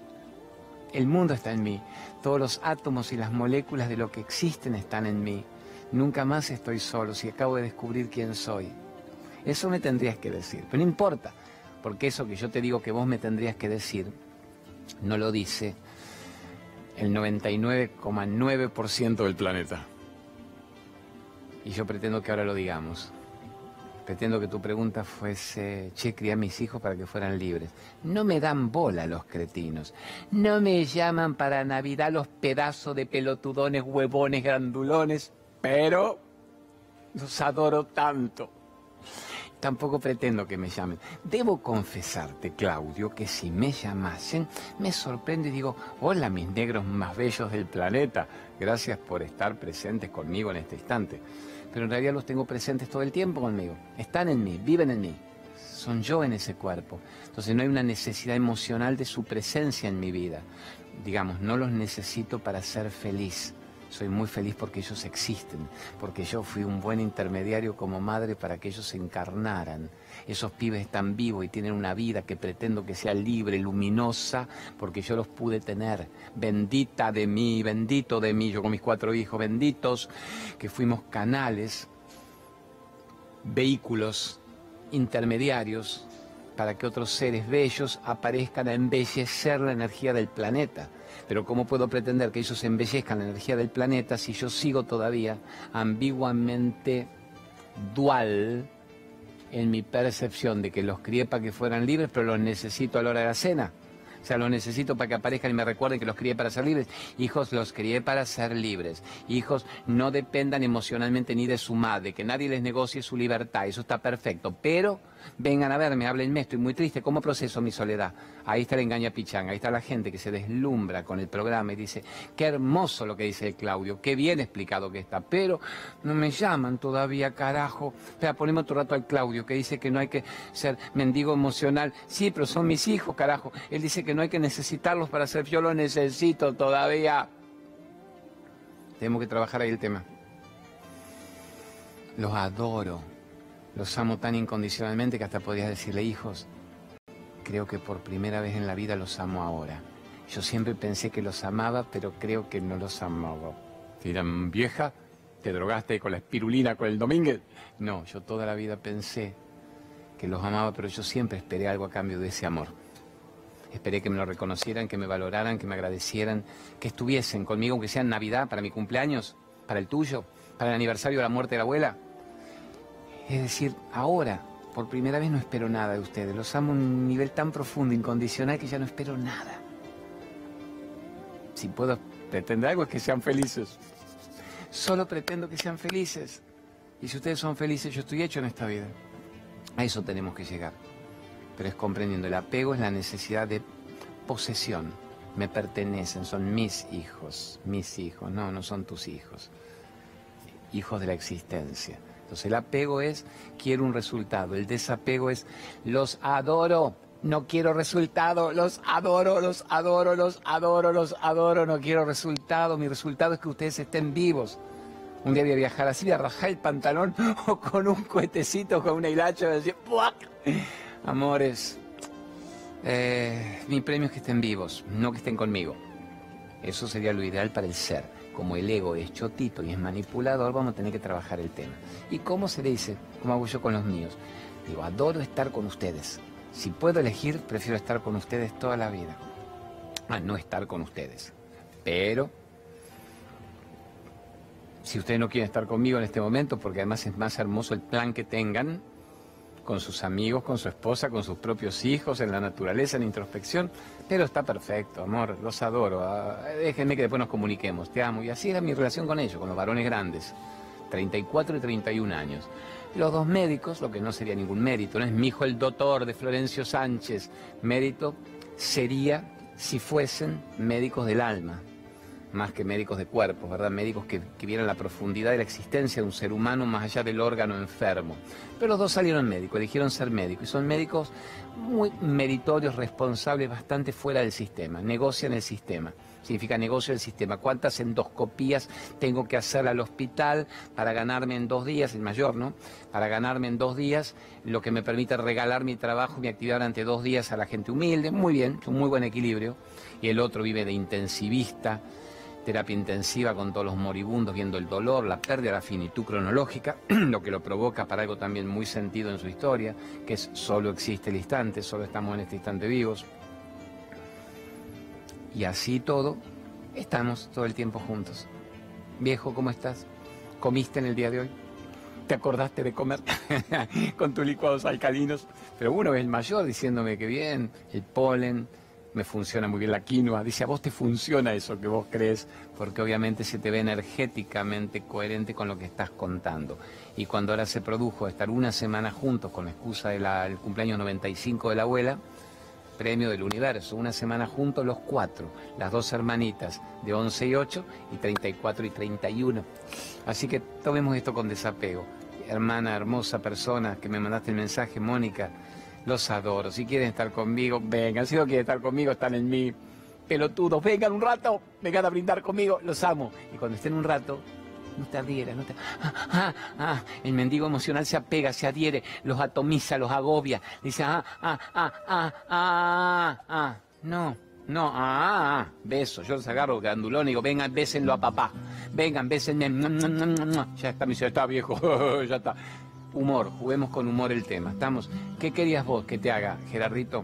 el mundo está en mí, todos los átomos y las moléculas de lo que existen están en mí. Nunca más estoy solo si acabo de descubrir quién soy. Eso me tendrías que decir, pero no importa, porque eso que yo te digo que vos me tendrías que decir, no lo dice el noventa y nueve coma nueve por ciento del planeta. Y yo pretendo que ahora lo digamos. Pretendo que tu pregunta fuese, che, crié a mis hijos para que fueran libres. No me dan bola los cretinos. No me llaman para Navidad los pedazos de pelotudones, huevones, grandulones, pero los adoro tanto. Tampoco pretendo que me llamen. Debo confesarte, Claudio, que si me llamasen, me sorprende y digo, hola, mis negros más bellos del planeta. Gracias por estar presentes conmigo en este instante. Pero en realidad los tengo presentes todo el tiempo conmigo. Están en mí, viven en mí. Son yo en ese cuerpo. Entonces no hay una necesidad emocional de su presencia en mi vida. Digamos, no los necesito para ser feliz. Soy muy feliz porque ellos existen, porque yo fui un buen intermediario como madre para que ellos se encarnaran. Esos pibes están vivos y tienen una vida que pretendo que sea libre, luminosa, porque yo los pude tener. Bendita de mí, bendito de mí, yo con mis cuatro hijos, benditos, que fuimos canales, vehículos intermediarios para que otros seres bellos aparezcan a embellecer la energía del planeta. Pero ¿cómo puedo pretender que ellos embellezcan la energía del planeta si yo sigo todavía ambiguamente dual en mi percepción de que los crié para que fueran libres, pero los necesito a la hora de la cena? O sea, los necesito para que aparezcan y me recuerden que los crié para ser libres. Hijos, los crié para ser libres. Hijos, no dependan emocionalmente ni de su madre, que nadie les negocie su libertad, eso está perfecto. Pero vengan a verme, háblenme, estoy muy triste, ¿cómo proceso mi soledad? Ahí está el engaña pichanga, ahí está la gente que se deslumbra con el programa y dice, qué hermoso lo que dice el Claudio, qué bien explicado que está, pero no me llaman todavía, carajo. Espera, ponemos otro rato al Claudio, que dice que no hay que ser mendigo emocional. Sí, pero son mis hijos, carajo. Él dice que no hay que necesitarlos para ser, yo los necesito todavía. Tenemos que trabajar ahí el tema. Los adoro. Los amo tan incondicionalmente que hasta podrías decirle, hijos, creo que por primera vez en la vida los amo ahora. Yo siempre pensé que los amaba, pero creo que no los amaba. Dirán, vieja, ¿te drogaste con la espirulina con el Domínguez? No, yo toda la vida pensé que los amaba, pero yo siempre esperé algo a cambio de ese amor. Esperé que me lo reconocieran, que me valoraran, que me agradecieran, que estuviesen conmigo, aunque sea en Navidad, para mi cumpleaños, para el tuyo, para el aniversario de la muerte de la abuela. Es decir, ahora, por primera vez no espero nada de ustedes. Los amo a un nivel tan profundo, incondicional, que ya no espero nada. Si puedo pretender algo es que sean felices. Solo pretendo que sean felices. Y si ustedes son felices, yo estoy hecho en esta vida. A eso tenemos que llegar. Pero es comprendiendo. El apego es la necesidad de posesión. Me pertenecen, son mis hijos. Mis hijos. No, no son tus hijos. Hijos de la existencia. Entonces el apego es, quiero un resultado. El desapego es, los adoro, no quiero resultado. Los adoro, los adoro, los adoro, los adoro, no quiero resultado. Mi resultado es que ustedes estén vivos. Un día voy a viajar así, voy a rajar el pantalón o con un cohetecito, con una hilacha, voy a decir, ¡puac! Amores, eh, mi premio es que estén vivos, no que estén conmigo. Eso sería lo ideal para el ser. Como el ego es chotito y es manipulador, vamos a tener que trabajar el tema. ¿Y cómo se le dice? ¿Cómo hago yo con los míos? Digo, adoro estar con ustedes. Si puedo elegir, prefiero estar con ustedes toda la vida. A no estar con ustedes. Pero, si ustedes no quieren estar conmigo en este momento, porque además es más hermoso el plan que tengan, con sus amigos, con su esposa, con sus propios hijos, en la naturaleza, en introspección, pero está perfecto, amor, los adoro, ah, déjenme que después nos comuniquemos, te amo. Y así era mi relación con ellos, con los varones grandes, treinta y cuatro y treinta y un años. Los dos médicos, lo que no sería ningún mérito, no es mi hijo el doctor de Florencio Sánchez, mérito sería si fuesen médicos del alma, más que médicos de cuerpos, ¿verdad? Médicos que, que vieran la profundidad de la existencia de un ser humano más allá del órgano enfermo. Pero los dos salieron médicos, eligieron ser médicos, y son médicos muy meritorios, responsables, bastante fuera del sistema, negocian el sistema. Significa negocio del sistema. ¿Cuántas endoscopías tengo que hacer al hospital para ganarme en dos días, el mayor, ¿no? Para ganarme en dos días lo que me permite regalar mi trabajo, mi actividad durante dos días a la gente humilde? Muy bien, un muy buen equilibrio. Y el otro vive de intensivista, terapia intensiva con todos los moribundos, viendo el dolor, la pérdida, la finitud cronológica, lo que lo provoca para algo también muy sentido en su historia, que es solo existe el instante, solo estamos en este instante vivos. Y así todo, estamos todo el tiempo juntos. Viejo, ¿cómo estás? ¿Comiste en el día de hoy? te acordaste de comer con tus licuados alcalinos. Pero uno es el mayor diciéndome que bien, el polen, me funciona muy bien la quinoa. Dice, a vos te funciona eso que vos crees, porque obviamente se te ve energéticamente coherente con lo que estás contando. Y cuando ahora se produjo estar una semana juntos con la excusa del cumpleaños noventa y cinco de la abuela, premio del universo, una semana juntos los cuatro, las dos hermanitas de once y ocho y treinta y cuatro y treinta y uno. Así que tomemos esto con desapego. Hermana, hermosa persona que me mandaste el mensaje, Mónica, los adoro. Si quieren estar conmigo, vengan. Si no quieren estar conmigo, están en mí. Pelotudos, vengan un rato, vengan a brindar conmigo, los amo. Y cuando estén un rato, no te adhieras, no te... Ah, ah, ah. El mendigo emocional se apega, se adhiere, los atomiza, los agobia. Dice, ah, ah, ah, ah, ah, ah. No, no, ah, ah. Beso, yo los agarro gandulón y digo, vengan, bésenlo a papá. Vengan, bésenme. Ya está, me dice, está viejo, ya está. Humor, juguemos con humor el tema. Estamos. ¿Qué querías vos que te haga, Gerardito?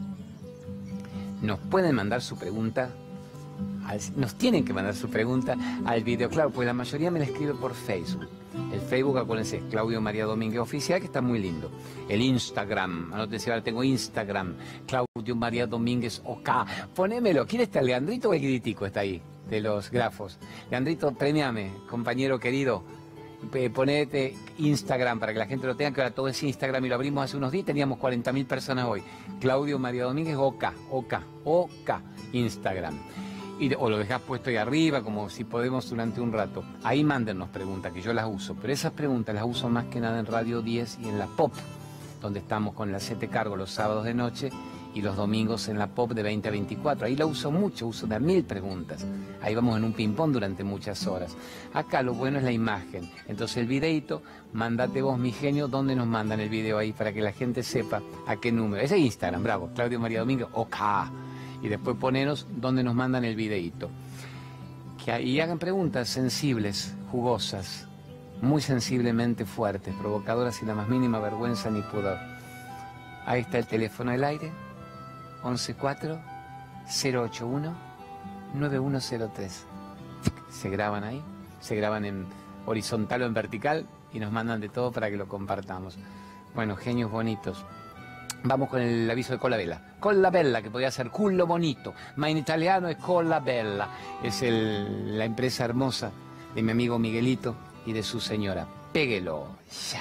Nos pueden mandar su pregunta, al, nos tienen que mandar su pregunta al video, claro, pues la mayoría me la escribe por Facebook. El Facebook, acuérdense, es Claudio María Domínguez Oficial, que está muy lindo. El Instagram, anótense, ahora tengo Instagram, Claudio María Domínguez OK. Ponémelo, ¿quién está? ¿Leandrito o el Gritico está ahí? De los grafos. Leandrito, premiame, compañero querido. Ponete Instagram para que la gente lo tenga, que ahora todo es Instagram y lo abrimos hace unos días, teníamos cuarenta mil personas hoy. Claudio María Domínguez OK, OK, OK, Instagram. Y, o lo dejás puesto ahí arriba, como si podemos durante un rato. Ahí mándennos preguntas, que yo las uso, pero esas preguntas las uso más que nada en Radio diez y en la Pop, donde estamos con la Hacete Cargo los sábados de noche y los domingos en la Pop de veinte a veinticuatro. Ahí la uso mucho, uso de mil preguntas. Ahí vamos en un ping-pong durante muchas horas. Acá lo bueno es la imagen. Entonces el videito, mandate vos, mi genio, dónde nos mandan el video ahí para que la gente sepa a qué número. Ese es Instagram, bravo, Claudio María Domínguez, OK. Y después poneros dónde nos mandan el videito. Que, y hagan preguntas sensibles, jugosas, muy sensiblemente fuertes, provocadoras sin la más mínima vergüenza ni pudor. Ahí está el teléfono del aire. once cuatro cero ocho uno nueve uno cero tres. Se graban ahí, se graban en horizontal o en vertical y nos mandan de todo para que lo compartamos. Bueno, genios bonitos. Vamos con el aviso de Colabella. Colabella, que podría ser culo bonito, ma en italiano es Colabella. Es el, la empresa hermosa de mi amigo Miguelito y de su señora. Péguelo, ya.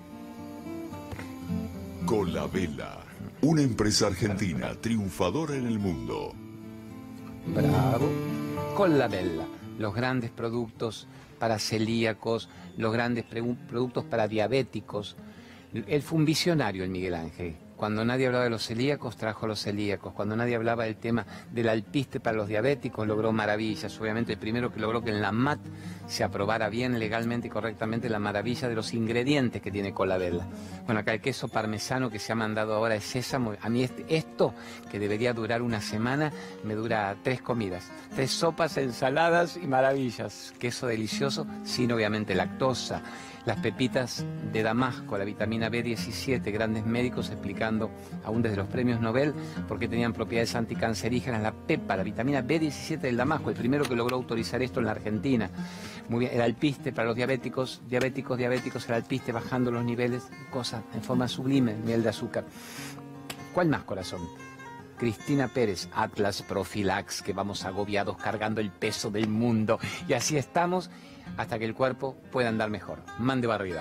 Colabella, una empresa argentina triunfadora en el mundo. Bravo. Colabella, los grandes productos para celíacos, los grandes productos para diabéticos. Él fue un visionario, el Miguel Ángel. Cuando nadie hablaba de los celíacos, trajo los celíacos. Cuando nadie hablaba del tema del alpiste para los diabéticos, logró maravillas. Obviamente el primero que logró que en la M A T se aprobara bien, legalmente y correctamente la maravilla de los ingredientes que tiene Colabella. Bueno, acá el queso parmesano que se ha mandado ahora es sésamo. A mí este, esto, que debería durar una semana, me dura tres comidas. Tres sopas, ensaladas y maravillas. Queso delicioso, sin obviamente lactosa. Las pepitas de Damasco, la vitamina B diecisiete, grandes médicos explicando, aún desde los premios Nobel, por qué tenían propiedades anticancerígenas. La pepa, la vitamina B diecisiete del Damasco, el primero que logró autorizar esto en la Argentina. Muy bien, el alpiste para los diabéticos, diabéticos, diabéticos, el alpiste bajando los niveles, cosas en forma sublime, miel de azúcar. ¿Cuál más, corazón? Cristina Pérez, Atlas Profilax, que vamos agobiados cargando el peso del mundo. Y así estamos hasta que el cuerpo pueda andar mejor. Mande barrida.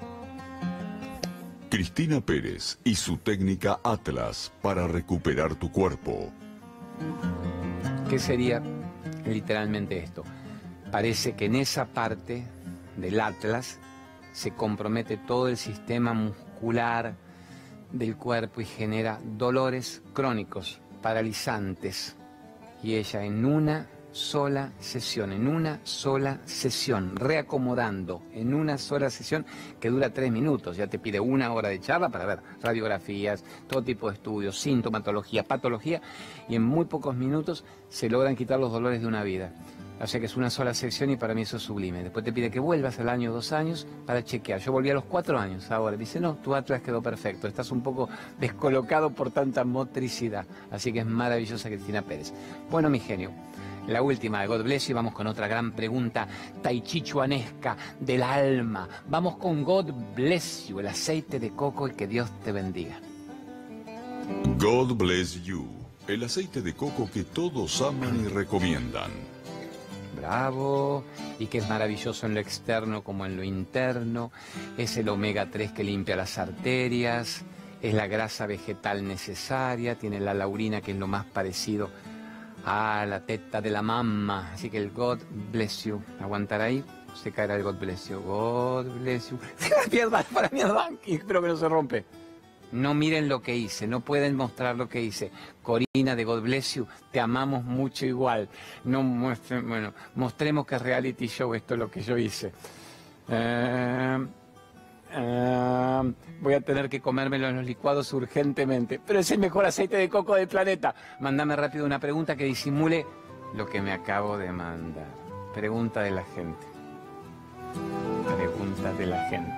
Cristina Pérez y su técnica Atlas para recuperar tu cuerpo. ¿Qué sería literalmente esto? Parece que en esa parte del Atlas se compromete todo el sistema muscular del cuerpo y genera dolores crónicos, paralizantes. Y ella en una sola sesión, en una sola sesión, reacomodando en una sola sesión que dura tres minutos. Ya te pide una hora de charla para ver radiografías, todo tipo de estudios, sintomatología, patología, y en muy pocos minutos se logran quitar los dolores de una vida. O sea que es una sola sección y para mí eso es sublime. Después te pide que vuelvas al año, dos años, para chequear. Yo volví a los cuatro años ahora. Dice, no, tu Atlas quedó perfecto. Estás un poco descolocado por tanta motricidad. Así que es maravillosa Cristina Pérez. Bueno, mi genio, La última de God Bless You, vamos con otra gran pregunta taichichuanesca del alma. Vamos con God Bless You, el aceite de coco, y que Dios te bendiga. God Bless You, el aceite de coco que todos aman y recomiendan. Bravo, y que es maravilloso en lo externo como en lo interno. Es el omega tres que limpia las arterias, es la grasa vegetal necesaria, tiene la laurina que es lo más parecido a la teta de la mamá. Así que el God Bless You, aguantar ahí, se caerá el God Bless You. God Bless You. Se la pierda para mí el ranking, espero que no se rompe. No miren lo que hice, no pueden mostrar lo que hice. Corina de God Bless You, te amamos mucho igual. No muestren, bueno, mostremos que es reality show, esto es lo que yo hice. Eh, eh, voy a tener que comérmelo en los licuados urgentemente, pero es el mejor aceite de coco del planeta. Mándame rápido una pregunta que disimule lo que me acabo de mandar. Pregunta de la gente. Pregunta de la gente.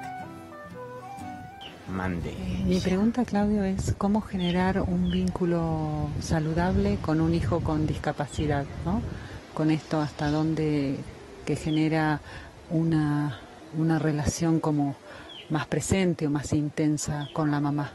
Mande. Eh, mi pregunta, Claudio, es cómo generar un vínculo saludable con un hijo con discapacidad, ¿no? Con esto, hasta dónde que genera una, una relación como más presente o más intensa con la mamá.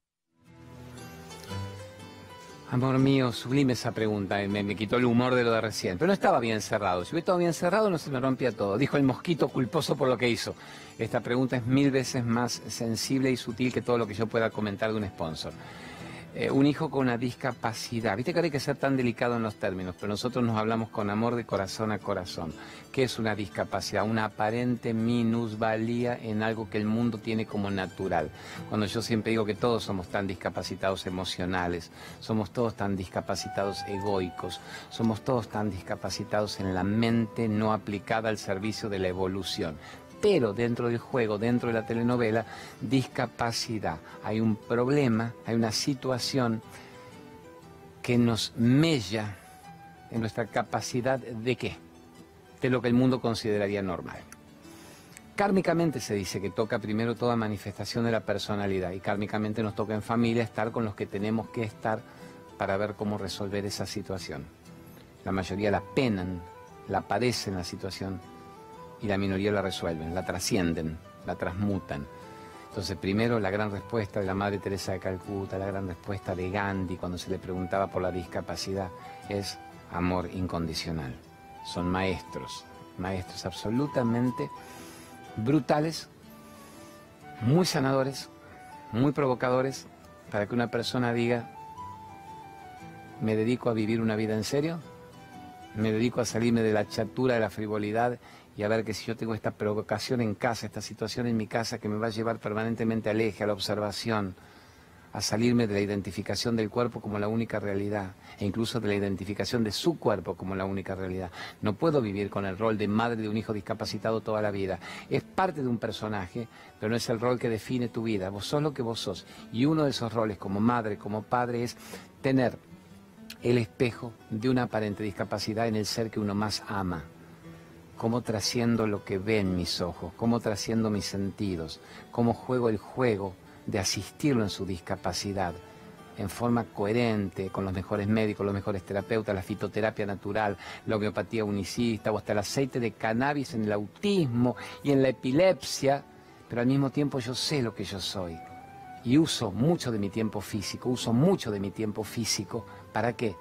Amor mío, sublime esa pregunta, me, me quitó el humor de lo de recién, pero no estaba bien cerrado. Si hubiera estado bien cerrado no se me rompía todo. Dijo el mosquito culposo por lo que hizo. Esta pregunta es mil veces más sensible y sutil que todo lo que yo pueda comentar de un sponsor. Eh, un hijo con una discapacidad. Viste que ahora hay que ser tan delicado en los términos, pero nosotros nos hablamos con amor de corazón a corazón. ¿Qué es una discapacidad? Una aparente minusvalía en algo que el mundo tiene como natural. Cuando yo siempre digo que todos somos tan discapacitados emocionales, somos todos tan discapacitados egoicos, somos todos tan discapacitados en la mente no aplicada al servicio de la evolución. Pero dentro del juego, dentro de la telenovela, discapacidad. Hay un problema, hay una situación que nos mella en nuestra capacidad de qué, de lo que el mundo consideraría normal. Kármicamente se dice que toca primero toda manifestación de la personalidad y kármicamente nos toca en familia estar con los que tenemos que estar para ver cómo resolver esa situación. La mayoría la penan, la padecen la situación, y la minoría la resuelven, la trascienden, la transmutan. Entonces, primero, la gran respuesta de la Madre Teresa de Calcuta, la gran respuesta de Gandhi cuando se le preguntaba por la discapacidad, es amor incondicional. Son maestros, maestros absolutamente brutales, muy sanadores, muy provocadores, para que una persona diga, ¿me dedico a vivir una vida en serio? ¿Me dedico a salirme de la chatura, de la frivolidad y a ver que si yo tengo esta provocación en casa, esta situación en mi casa que me va a llevar permanentemente al eje, a la observación, a salirme de la identificación del cuerpo como la única realidad, e incluso de la identificación de su cuerpo como la única realidad? No puedo vivir con el rol de madre de un hijo discapacitado toda la vida. Es parte de un personaje, pero no es el rol que define tu vida. Vos sos lo que vos sos. Y uno de esos roles como madre, como padre, es tener el espejo de una aparente discapacidad en el ser que uno más ama. Cómo trasciendo lo que ven mis ojos, cómo trasciendo mis sentidos, cómo juego el juego de asistirlo en su discapacidad en forma coherente, con los mejores médicos, los mejores terapeutas, la fitoterapia natural, la homeopatía unicista o hasta el aceite de cannabis en el autismo y en la epilepsia, pero al mismo tiempo yo sé lo que yo soy y uso mucho de mi tiempo físico, uso mucho de mi tiempo físico, ¿para qué?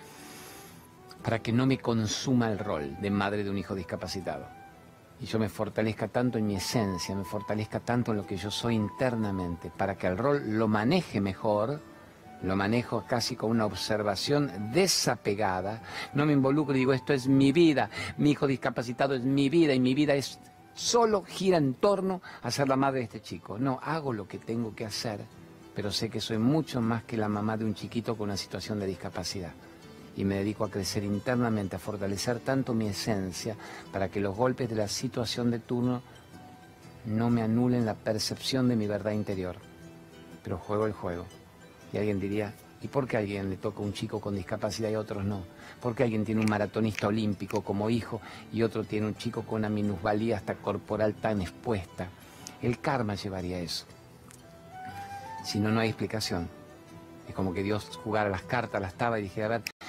Para que no me consuma el rol de madre de un hijo discapacitado. Y yo me fortalezca tanto en mi esencia, me fortalezca tanto en lo que yo soy internamente, para que el rol lo maneje mejor, lo manejo casi con una observación desapegada, no me involucro y digo, esto es mi vida, mi hijo discapacitado es mi vida y mi vida es solo gira en torno a ser la madre de este chico. No, hago lo que tengo que hacer, pero sé que soy mucho más que la mamá de un chiquito con una situación de discapacidad. Y me dedico a crecer internamente, a fortalecer tanto mi esencia para que los golpes de la situación de turno no me anulen la percepción de mi verdad interior. Pero juego el juego. Y alguien diría, ¿y por qué a alguien le toca un chico con discapacidad y a otros no? ¿Por qué alguien tiene un maratonista olímpico como hijo y otro tiene un chico con una minusvalía hasta corporal tan expuesta? El karma llevaría eso. Si no, no hay explicación. Es como que Dios jugara las cartas, las tablas y dijera, a ver,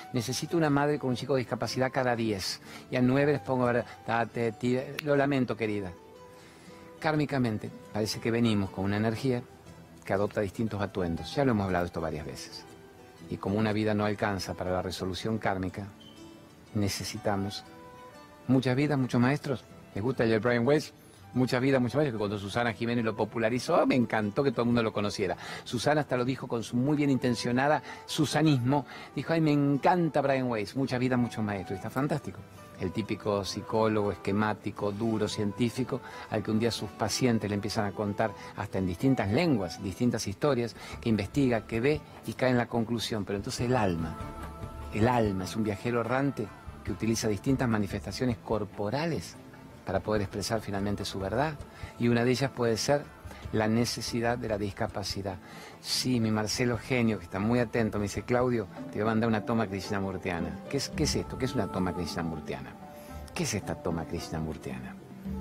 Necesito una madre con un chico de discapacidad cada diez. Y a nueve les pongo a ver, date, tira. Lo lamento, querida. Kármicamente, parece que venimos con una energía que adopta distintos atuendos. Ya lo hemos hablado esto varias veces. Y como una vida no alcanza para la resolución kármica, necesitamos muchas vidas, muchos maestros. ¿Les gusta el Brian Weiss? Muchas vidas, muchos maestros, que cuando Susana Jiménez lo popularizó, me encantó que todo el mundo lo conociera. Susana hasta lo dijo con su muy bien intencionada susanismo. Dijo, ay, me encanta Brian Weiss, muchas vidas, muchos maestros. Y está fantástico. El típico psicólogo, esquemático, duro, científico, al que un día sus pacientes le empiezan a contar hasta en distintas lenguas, distintas historias, que investiga, que ve y cae en la conclusión. Pero entonces el alma, el alma es un viajero errante que utiliza distintas manifestaciones corporales para poder expresar finalmente su verdad. Y una de ellas puede ser la necesidad de la discapacidad. Sí, mi Marcelo genio, que está muy atento, me dice, Claudio, te voy a mandar una toma krishnamurtiana. ¿Qué es, qué es esto? ¿Qué es una toma krishnamurtiana? ¿Qué es esta toma krishnamurtiana?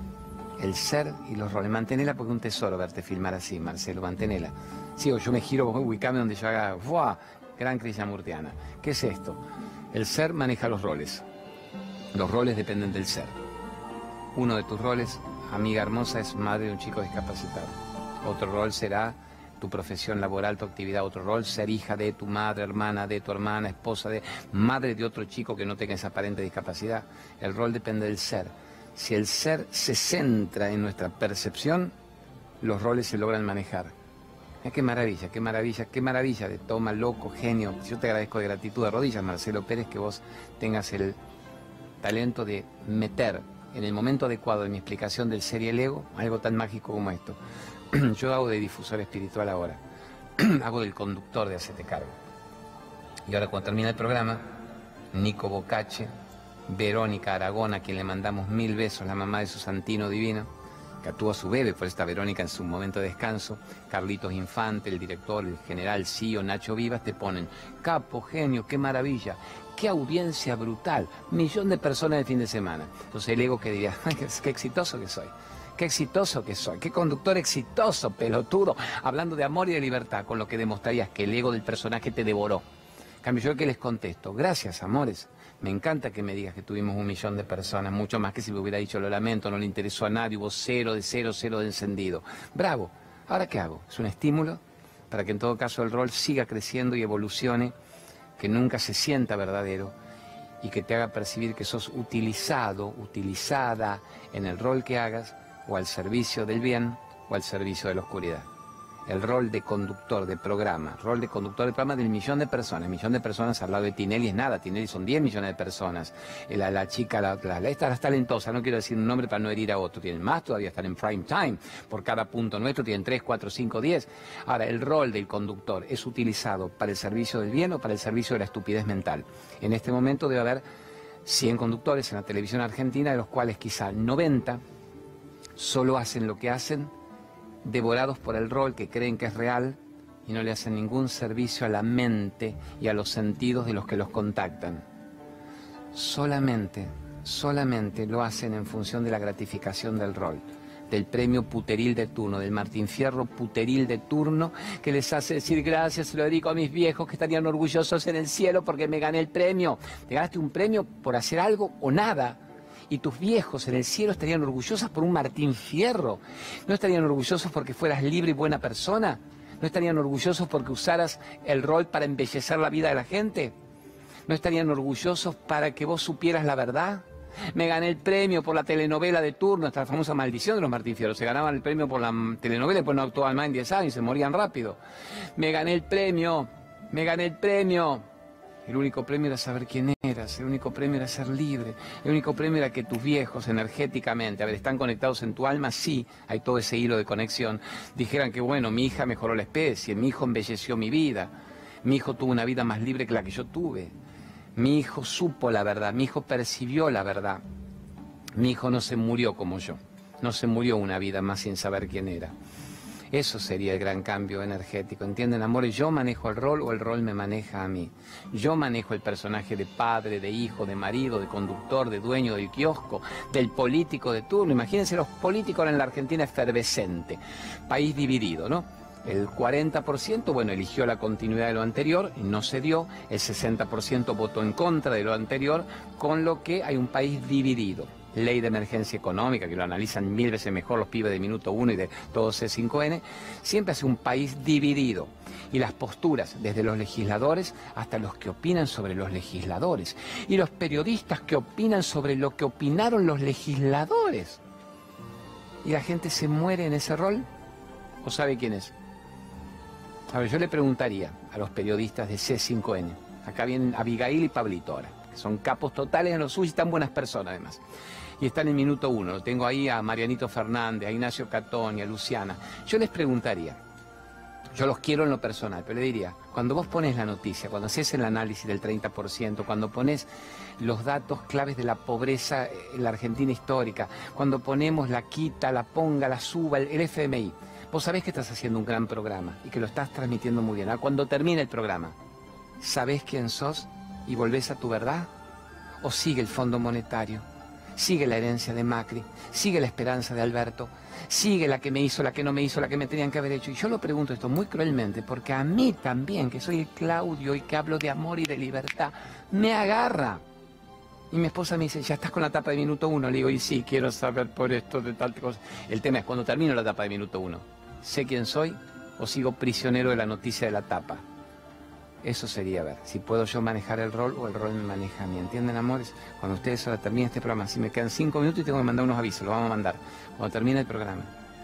El ser y los roles. Mantenela porque es un tesoro verte filmar así, Marcelo, mantenela. Sí, o yo me giro, vos ubicame donde yo haga, ¡buah! Gran krishnamurtiana. ¿Qué es esto? El ser maneja los roles. Los roles dependen del ser. Uno de tus roles, amiga hermosa, es madre de un chico discapacitado. Otro rol será tu profesión laboral, tu actividad. Otro rol, ser hija de tu madre, hermana de tu hermana, esposa de, madre de otro chico que no tenga esa aparente discapacidad. El rol depende del ser. Si el ser se centra en nuestra percepción, los roles se logran manejar. Eh, qué maravilla, qué maravilla, qué maravilla de toma, loco, genio. Yo te agradezco de gratitud de rodillas, Marcelo Pérez, que vos tengas el talento de meter en el momento adecuado de mi explicación del ser y el ego, algo tan mágico como esto. Yo hago de difusor espiritual ahora, hago del conductor de Hacete Cargo. Y ahora cuando termina el programa, Nico Bocacce, Verónica Aragón, a quien le mandamos mil besos, la mamá de su santino divino, que actúa a su bebé, por esta Verónica en su momento de descanso, Carlitos Infante, el director, el general C E O, Nacho Vivas, te ponen, capo, genio, qué maravilla, qué audiencia brutal, millón de personas el fin de semana. Entonces el ego que diría, qué exitoso que soy, qué exitoso que soy, qué conductor exitoso, pelotudo, hablando de amor y de libertad, con lo que demostrarías que el ego del personaje te devoró. En cambio, yo que les contesto, gracias, amores. Me encanta que me digas que tuvimos un millón de personas, mucho más que si me hubiera dicho lo lamento, no le interesó a nadie, hubo cero de cero, cero de encendido. Bravo. ¿Ahora qué hago? Es un estímulo para que en todo caso el rol siga creciendo y evolucione, que nunca se sienta verdadero y que te haga percibir que sos utilizado, utilizada en el rol que hagas o al servicio del bien o al servicio de la oscuridad. El rol de conductor de programa, rol de conductor de programa del millón de personas. Millón de personas al lado de Tinelli es nada, Tinelli son diez millones de personas. La, la chica, la, la, esta es talentosa, no quiero decir un nombre para no herir a otro, tienen más todavía, están en prime time, por cada punto nuestro tienen tres, cuatro, cinco, diez. Ahora, el rol del conductor es utilizado para el servicio del bien o para el servicio de la estupidez mental. En este momento debe haber cien conductores en la televisión argentina, de los cuales quizá noventa solo hacen lo que hacen devorados por el rol que creen que es real y no le hacen ningún servicio a la mente y a los sentidos de los que los contactan. Solamente, solamente lo hacen en función de la gratificación del rol, del premio puteril de turno, del Martín Fierro puteril de turno, que les hace decir gracias, se lo dedico a mis viejos que estarían orgullosos en el cielo porque me gané el premio. Te ganaste un premio por hacer algo o nada. Y tus viejos en el cielo estarían orgullosos por un Martín Fierro. ¿No estarían orgullosos porque fueras libre y buena persona? ¿No estarían orgullosos porque usaras el rol para embellecer la vida de la gente? ¿No estarían orgullosos para que vos supieras la verdad? Me gané el premio por la telenovela de turno, esta famosa maldición de los Martín Fierro. Se ganaban el premio por la telenovela y después no actuaban más en diez años, se morían rápido. Me gané el premio, me gané el premio. El único premio era saber quién eras, el único premio era ser libre, el único premio era que tus viejos energéticamente, a ver, ¿están conectados en tu alma? Sí, hay todo ese hilo de conexión. Dijeran que bueno, mi hija mejoró la especie, mi hijo embelleció mi vida, mi hijo tuvo una vida más libre que la que yo tuve, mi hijo supo la verdad, mi hijo percibió la verdad, mi hijo no se murió como yo, no se murió una vida más sin saber quién era. Eso sería el gran cambio energético, ¿entienden, amores? Yo manejo el rol o el rol me maneja a mí. Yo manejo el personaje de padre, de hijo, de marido, de conductor, de dueño del kiosco, del político de turno. Imagínense los políticos ahora en la Argentina efervescente, país dividido, ¿no? El cuarenta por ciento, bueno, eligió la continuidad de lo anterior y no se dio. El sesenta por ciento votó en contra de lo anterior, con lo que hay un país dividido. Ley de emergencia económica, que lo analizan mil veces mejor los pibes de Minuto uno y de todo C cinco N, siempre hace un país dividido. Y las posturas, desde los legisladores hasta los que opinan sobre los legisladores. Y los periodistas que opinan sobre lo que opinaron los legisladores. ¿Y la gente se muere en ese rol? ¿O sabe quién es? A ver, yo le preguntaría a los periodistas de C cinco N. Acá vienen Abigail y Pablito ahora, que son capos totales en lo suyo y tan buenas personas además. Y están en Minuto uno. Lo tengo ahí a Marianito Fernández, a Ignacio Catoni, a Luciana. Yo les preguntaría, yo los quiero en lo personal, pero le diría, cuando vos pones la noticia, cuando haces el análisis del treinta por ciento, cuando pones los datos claves de la pobreza en la Argentina histórica, cuando ponemos la quita, la ponga, la suba, el, el F M I, vos sabés que estás haciendo un gran programa y que lo estás transmitiendo muy bien. Cuando termine el programa, ¿sabés quién sos y volvés a tu verdad? ¿O sigue el Fondo Monetario? ¿Sigue la herencia de Macri? ¿Sigue la esperanza de Alberto? ¿Sigue la que me hizo, la que no me hizo, la que me tenían que haber hecho? Y yo lo pregunto esto muy cruelmente, porque a mí también, que soy el Claudio y que hablo de amor y de libertad, me agarra. Y mi esposa me dice, ¿ya estás con la tapa de Minuto uno? Le digo, y sí, quiero saber por esto de tal cosa. El tema es, cuando termino la tapa de Minuto uno, ¿sé quién soy o sigo prisionero de la noticia de la tapa? Eso sería ver si puedo yo manejar el rol o el rol me maneja a mí. ¿Entienden, amores? Cuando ustedes ahora terminen este programa, si me quedan cinco minutos y tengo que mandar unos avisos, los vamos a mandar. Cuando termine el programa,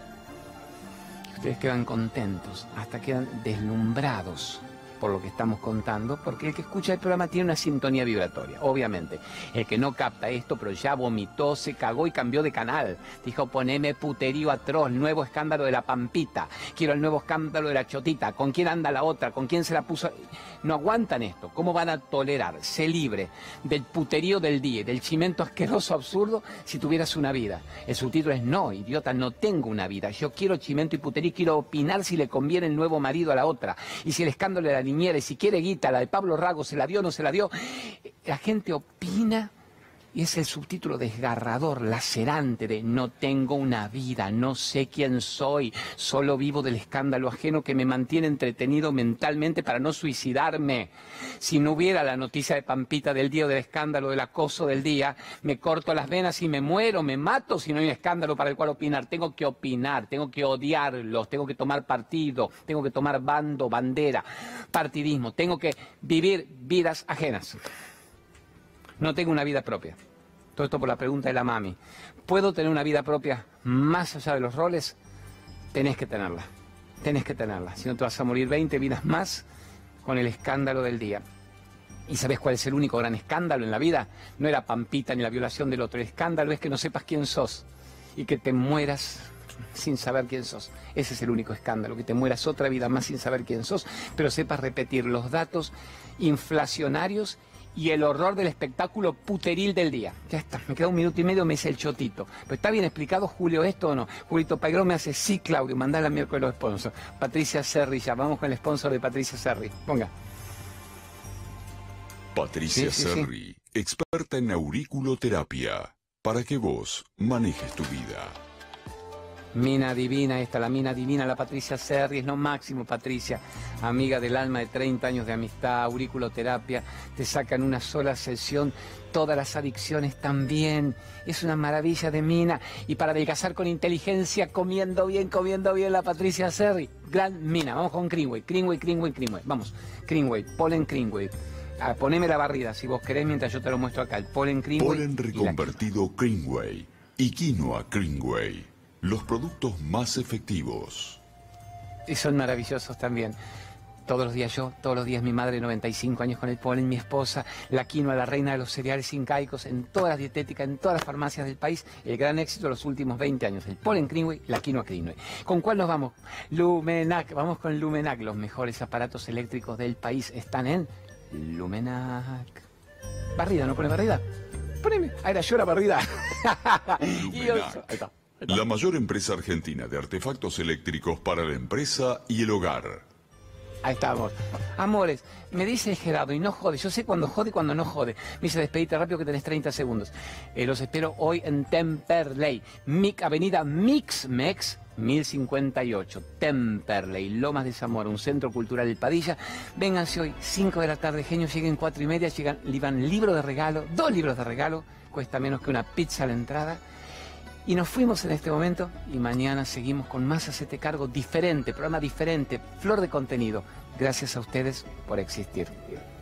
ustedes quedan contentos, hasta quedan deslumbrados por lo que estamos contando, porque el que escucha el programa tiene una sintonía vibratoria, obviamente. El que no capta esto, pero ya vomitó, se cagó y cambió de canal. Dijo, poneme puterío atroz, nuevo escándalo de la Pampita, quiero el nuevo escándalo de la Chotita, ¿con quién anda la otra? ¿Con quién se la puso? No aguantan esto. ¿Cómo van a tolerar ser libre del puterío del día y del chimento asqueroso absurdo si tuvieras una vida? El subtítulo es, no, idiota, no tengo una vida. Yo quiero chimento y puterío, quiero opinar si le conviene el nuevo marido a la otra. Y si el escándalo de la niñera, y si quiere guita, la de Pablo Rago, se la dio o no se la dio. La gente opina y es el subtítulo desgarrador, lacerante de no tengo una vida, no sé quién soy, solo vivo del escándalo ajeno que me mantiene entretenido mentalmente para no suicidarme. Si no hubiera la noticia de Pampita del día o del escándalo del acoso del día, me corto las venas y me muero, me mato si no hay un escándalo para el cual opinar. Tengo que opinar, tengo que odiarlos, tengo que tomar partido, tengo que tomar bando, bandera, partidismo, tengo que vivir vidas ajenas. No tengo una vida propia. Todo esto por la pregunta de la mami. ¿Puedo tener una vida propia más allá de los roles? Tenés que tenerla. Tenés que tenerla. Si no te vas a morir veinte vidas más con el escándalo del día. ¿Y sabés cuál es el único gran escándalo en la vida? No era Pampita ni la violación del otro. El escándalo es que no sepas quién sos y que te mueras sin saber quién sos. Ese es el único escándalo, que te mueras otra vida más sin saber quién sos, pero sepas repetir los datos inflacionarios y el horror del espectáculo puteril del día. Ya está, me queda un minuto y medio, me dice el Chotito. ¿Pero está bien explicado, Julio, esto o no? Julito Pagrón me hace, sí, Claudio, mandala miércoles los sponsors. Patricia Serri, ya, vamos con el sponsor de Patricia Serri. Ponga. Patricia sí, sí, Serri, sí. experta en auriculoterapia, para que vos manejes tu vida. Mina divina esta, la mina divina, la Patricia Serri, es lo máximo, Patricia, amiga del alma de treinta años de amistad, auriculoterapia, te sacan una sola sesión, todas las adicciones también, es una maravilla de mina, y para adelgazar con inteligencia, comiendo bien, comiendo bien, la Patricia Serri, gran mina. Vamos con Greenway, Greenway, Greenway, Greenway, vamos, Greenway, polen Greenway. Ah, poneme la barrida si vos querés mientras yo te lo muestro acá, el polen Greenway. Polen reconvertido Greenway y quinoa Greenway. Los productos más efectivos. Y son maravillosos también. Todos los días yo, todos los días mi madre, noventa y cinco años con el polen, mi esposa, la quinoa, la reina de los cereales incaicos, en todas las dietéticas, en todas las farmacias del país, el gran éxito de los últimos veinte años. El polen Greenway, la quinoa Greenway. ¿Con cuál nos vamos? Lumenac, vamos con Lumenac. Los mejores aparatos eléctricos del país están en Lumenac. Barrida, ¿no pone barrida? Poneme. Ah, era yo la barrida. Y yo, ahí está. La mayor empresa argentina de artefactos eléctricos para la empresa y el hogar. Ahí estamos. Amores, me dice el Gerardo, y no jode, yo sé cuándo jode y cuándo no jode. Me dice, despedite rápido que tenés treinta segundos. Eh, los espero hoy en Temperley, Mic, Avenida Mixmex, mil cincuenta y ocho, Temperley, Lomas de Zamora, un centro cultural El Padilla. Vénganse hoy, cinco de la tarde, genios, lleguen cuatro y media, llegan, llevan libro de regalo, dos libros de regalo, cuesta menos que una pizza a la entrada. Y nos fuimos en este momento y mañana seguimos con más Hacete Cargo diferente, programa diferente, flor de contenido. Gracias a ustedes por existir.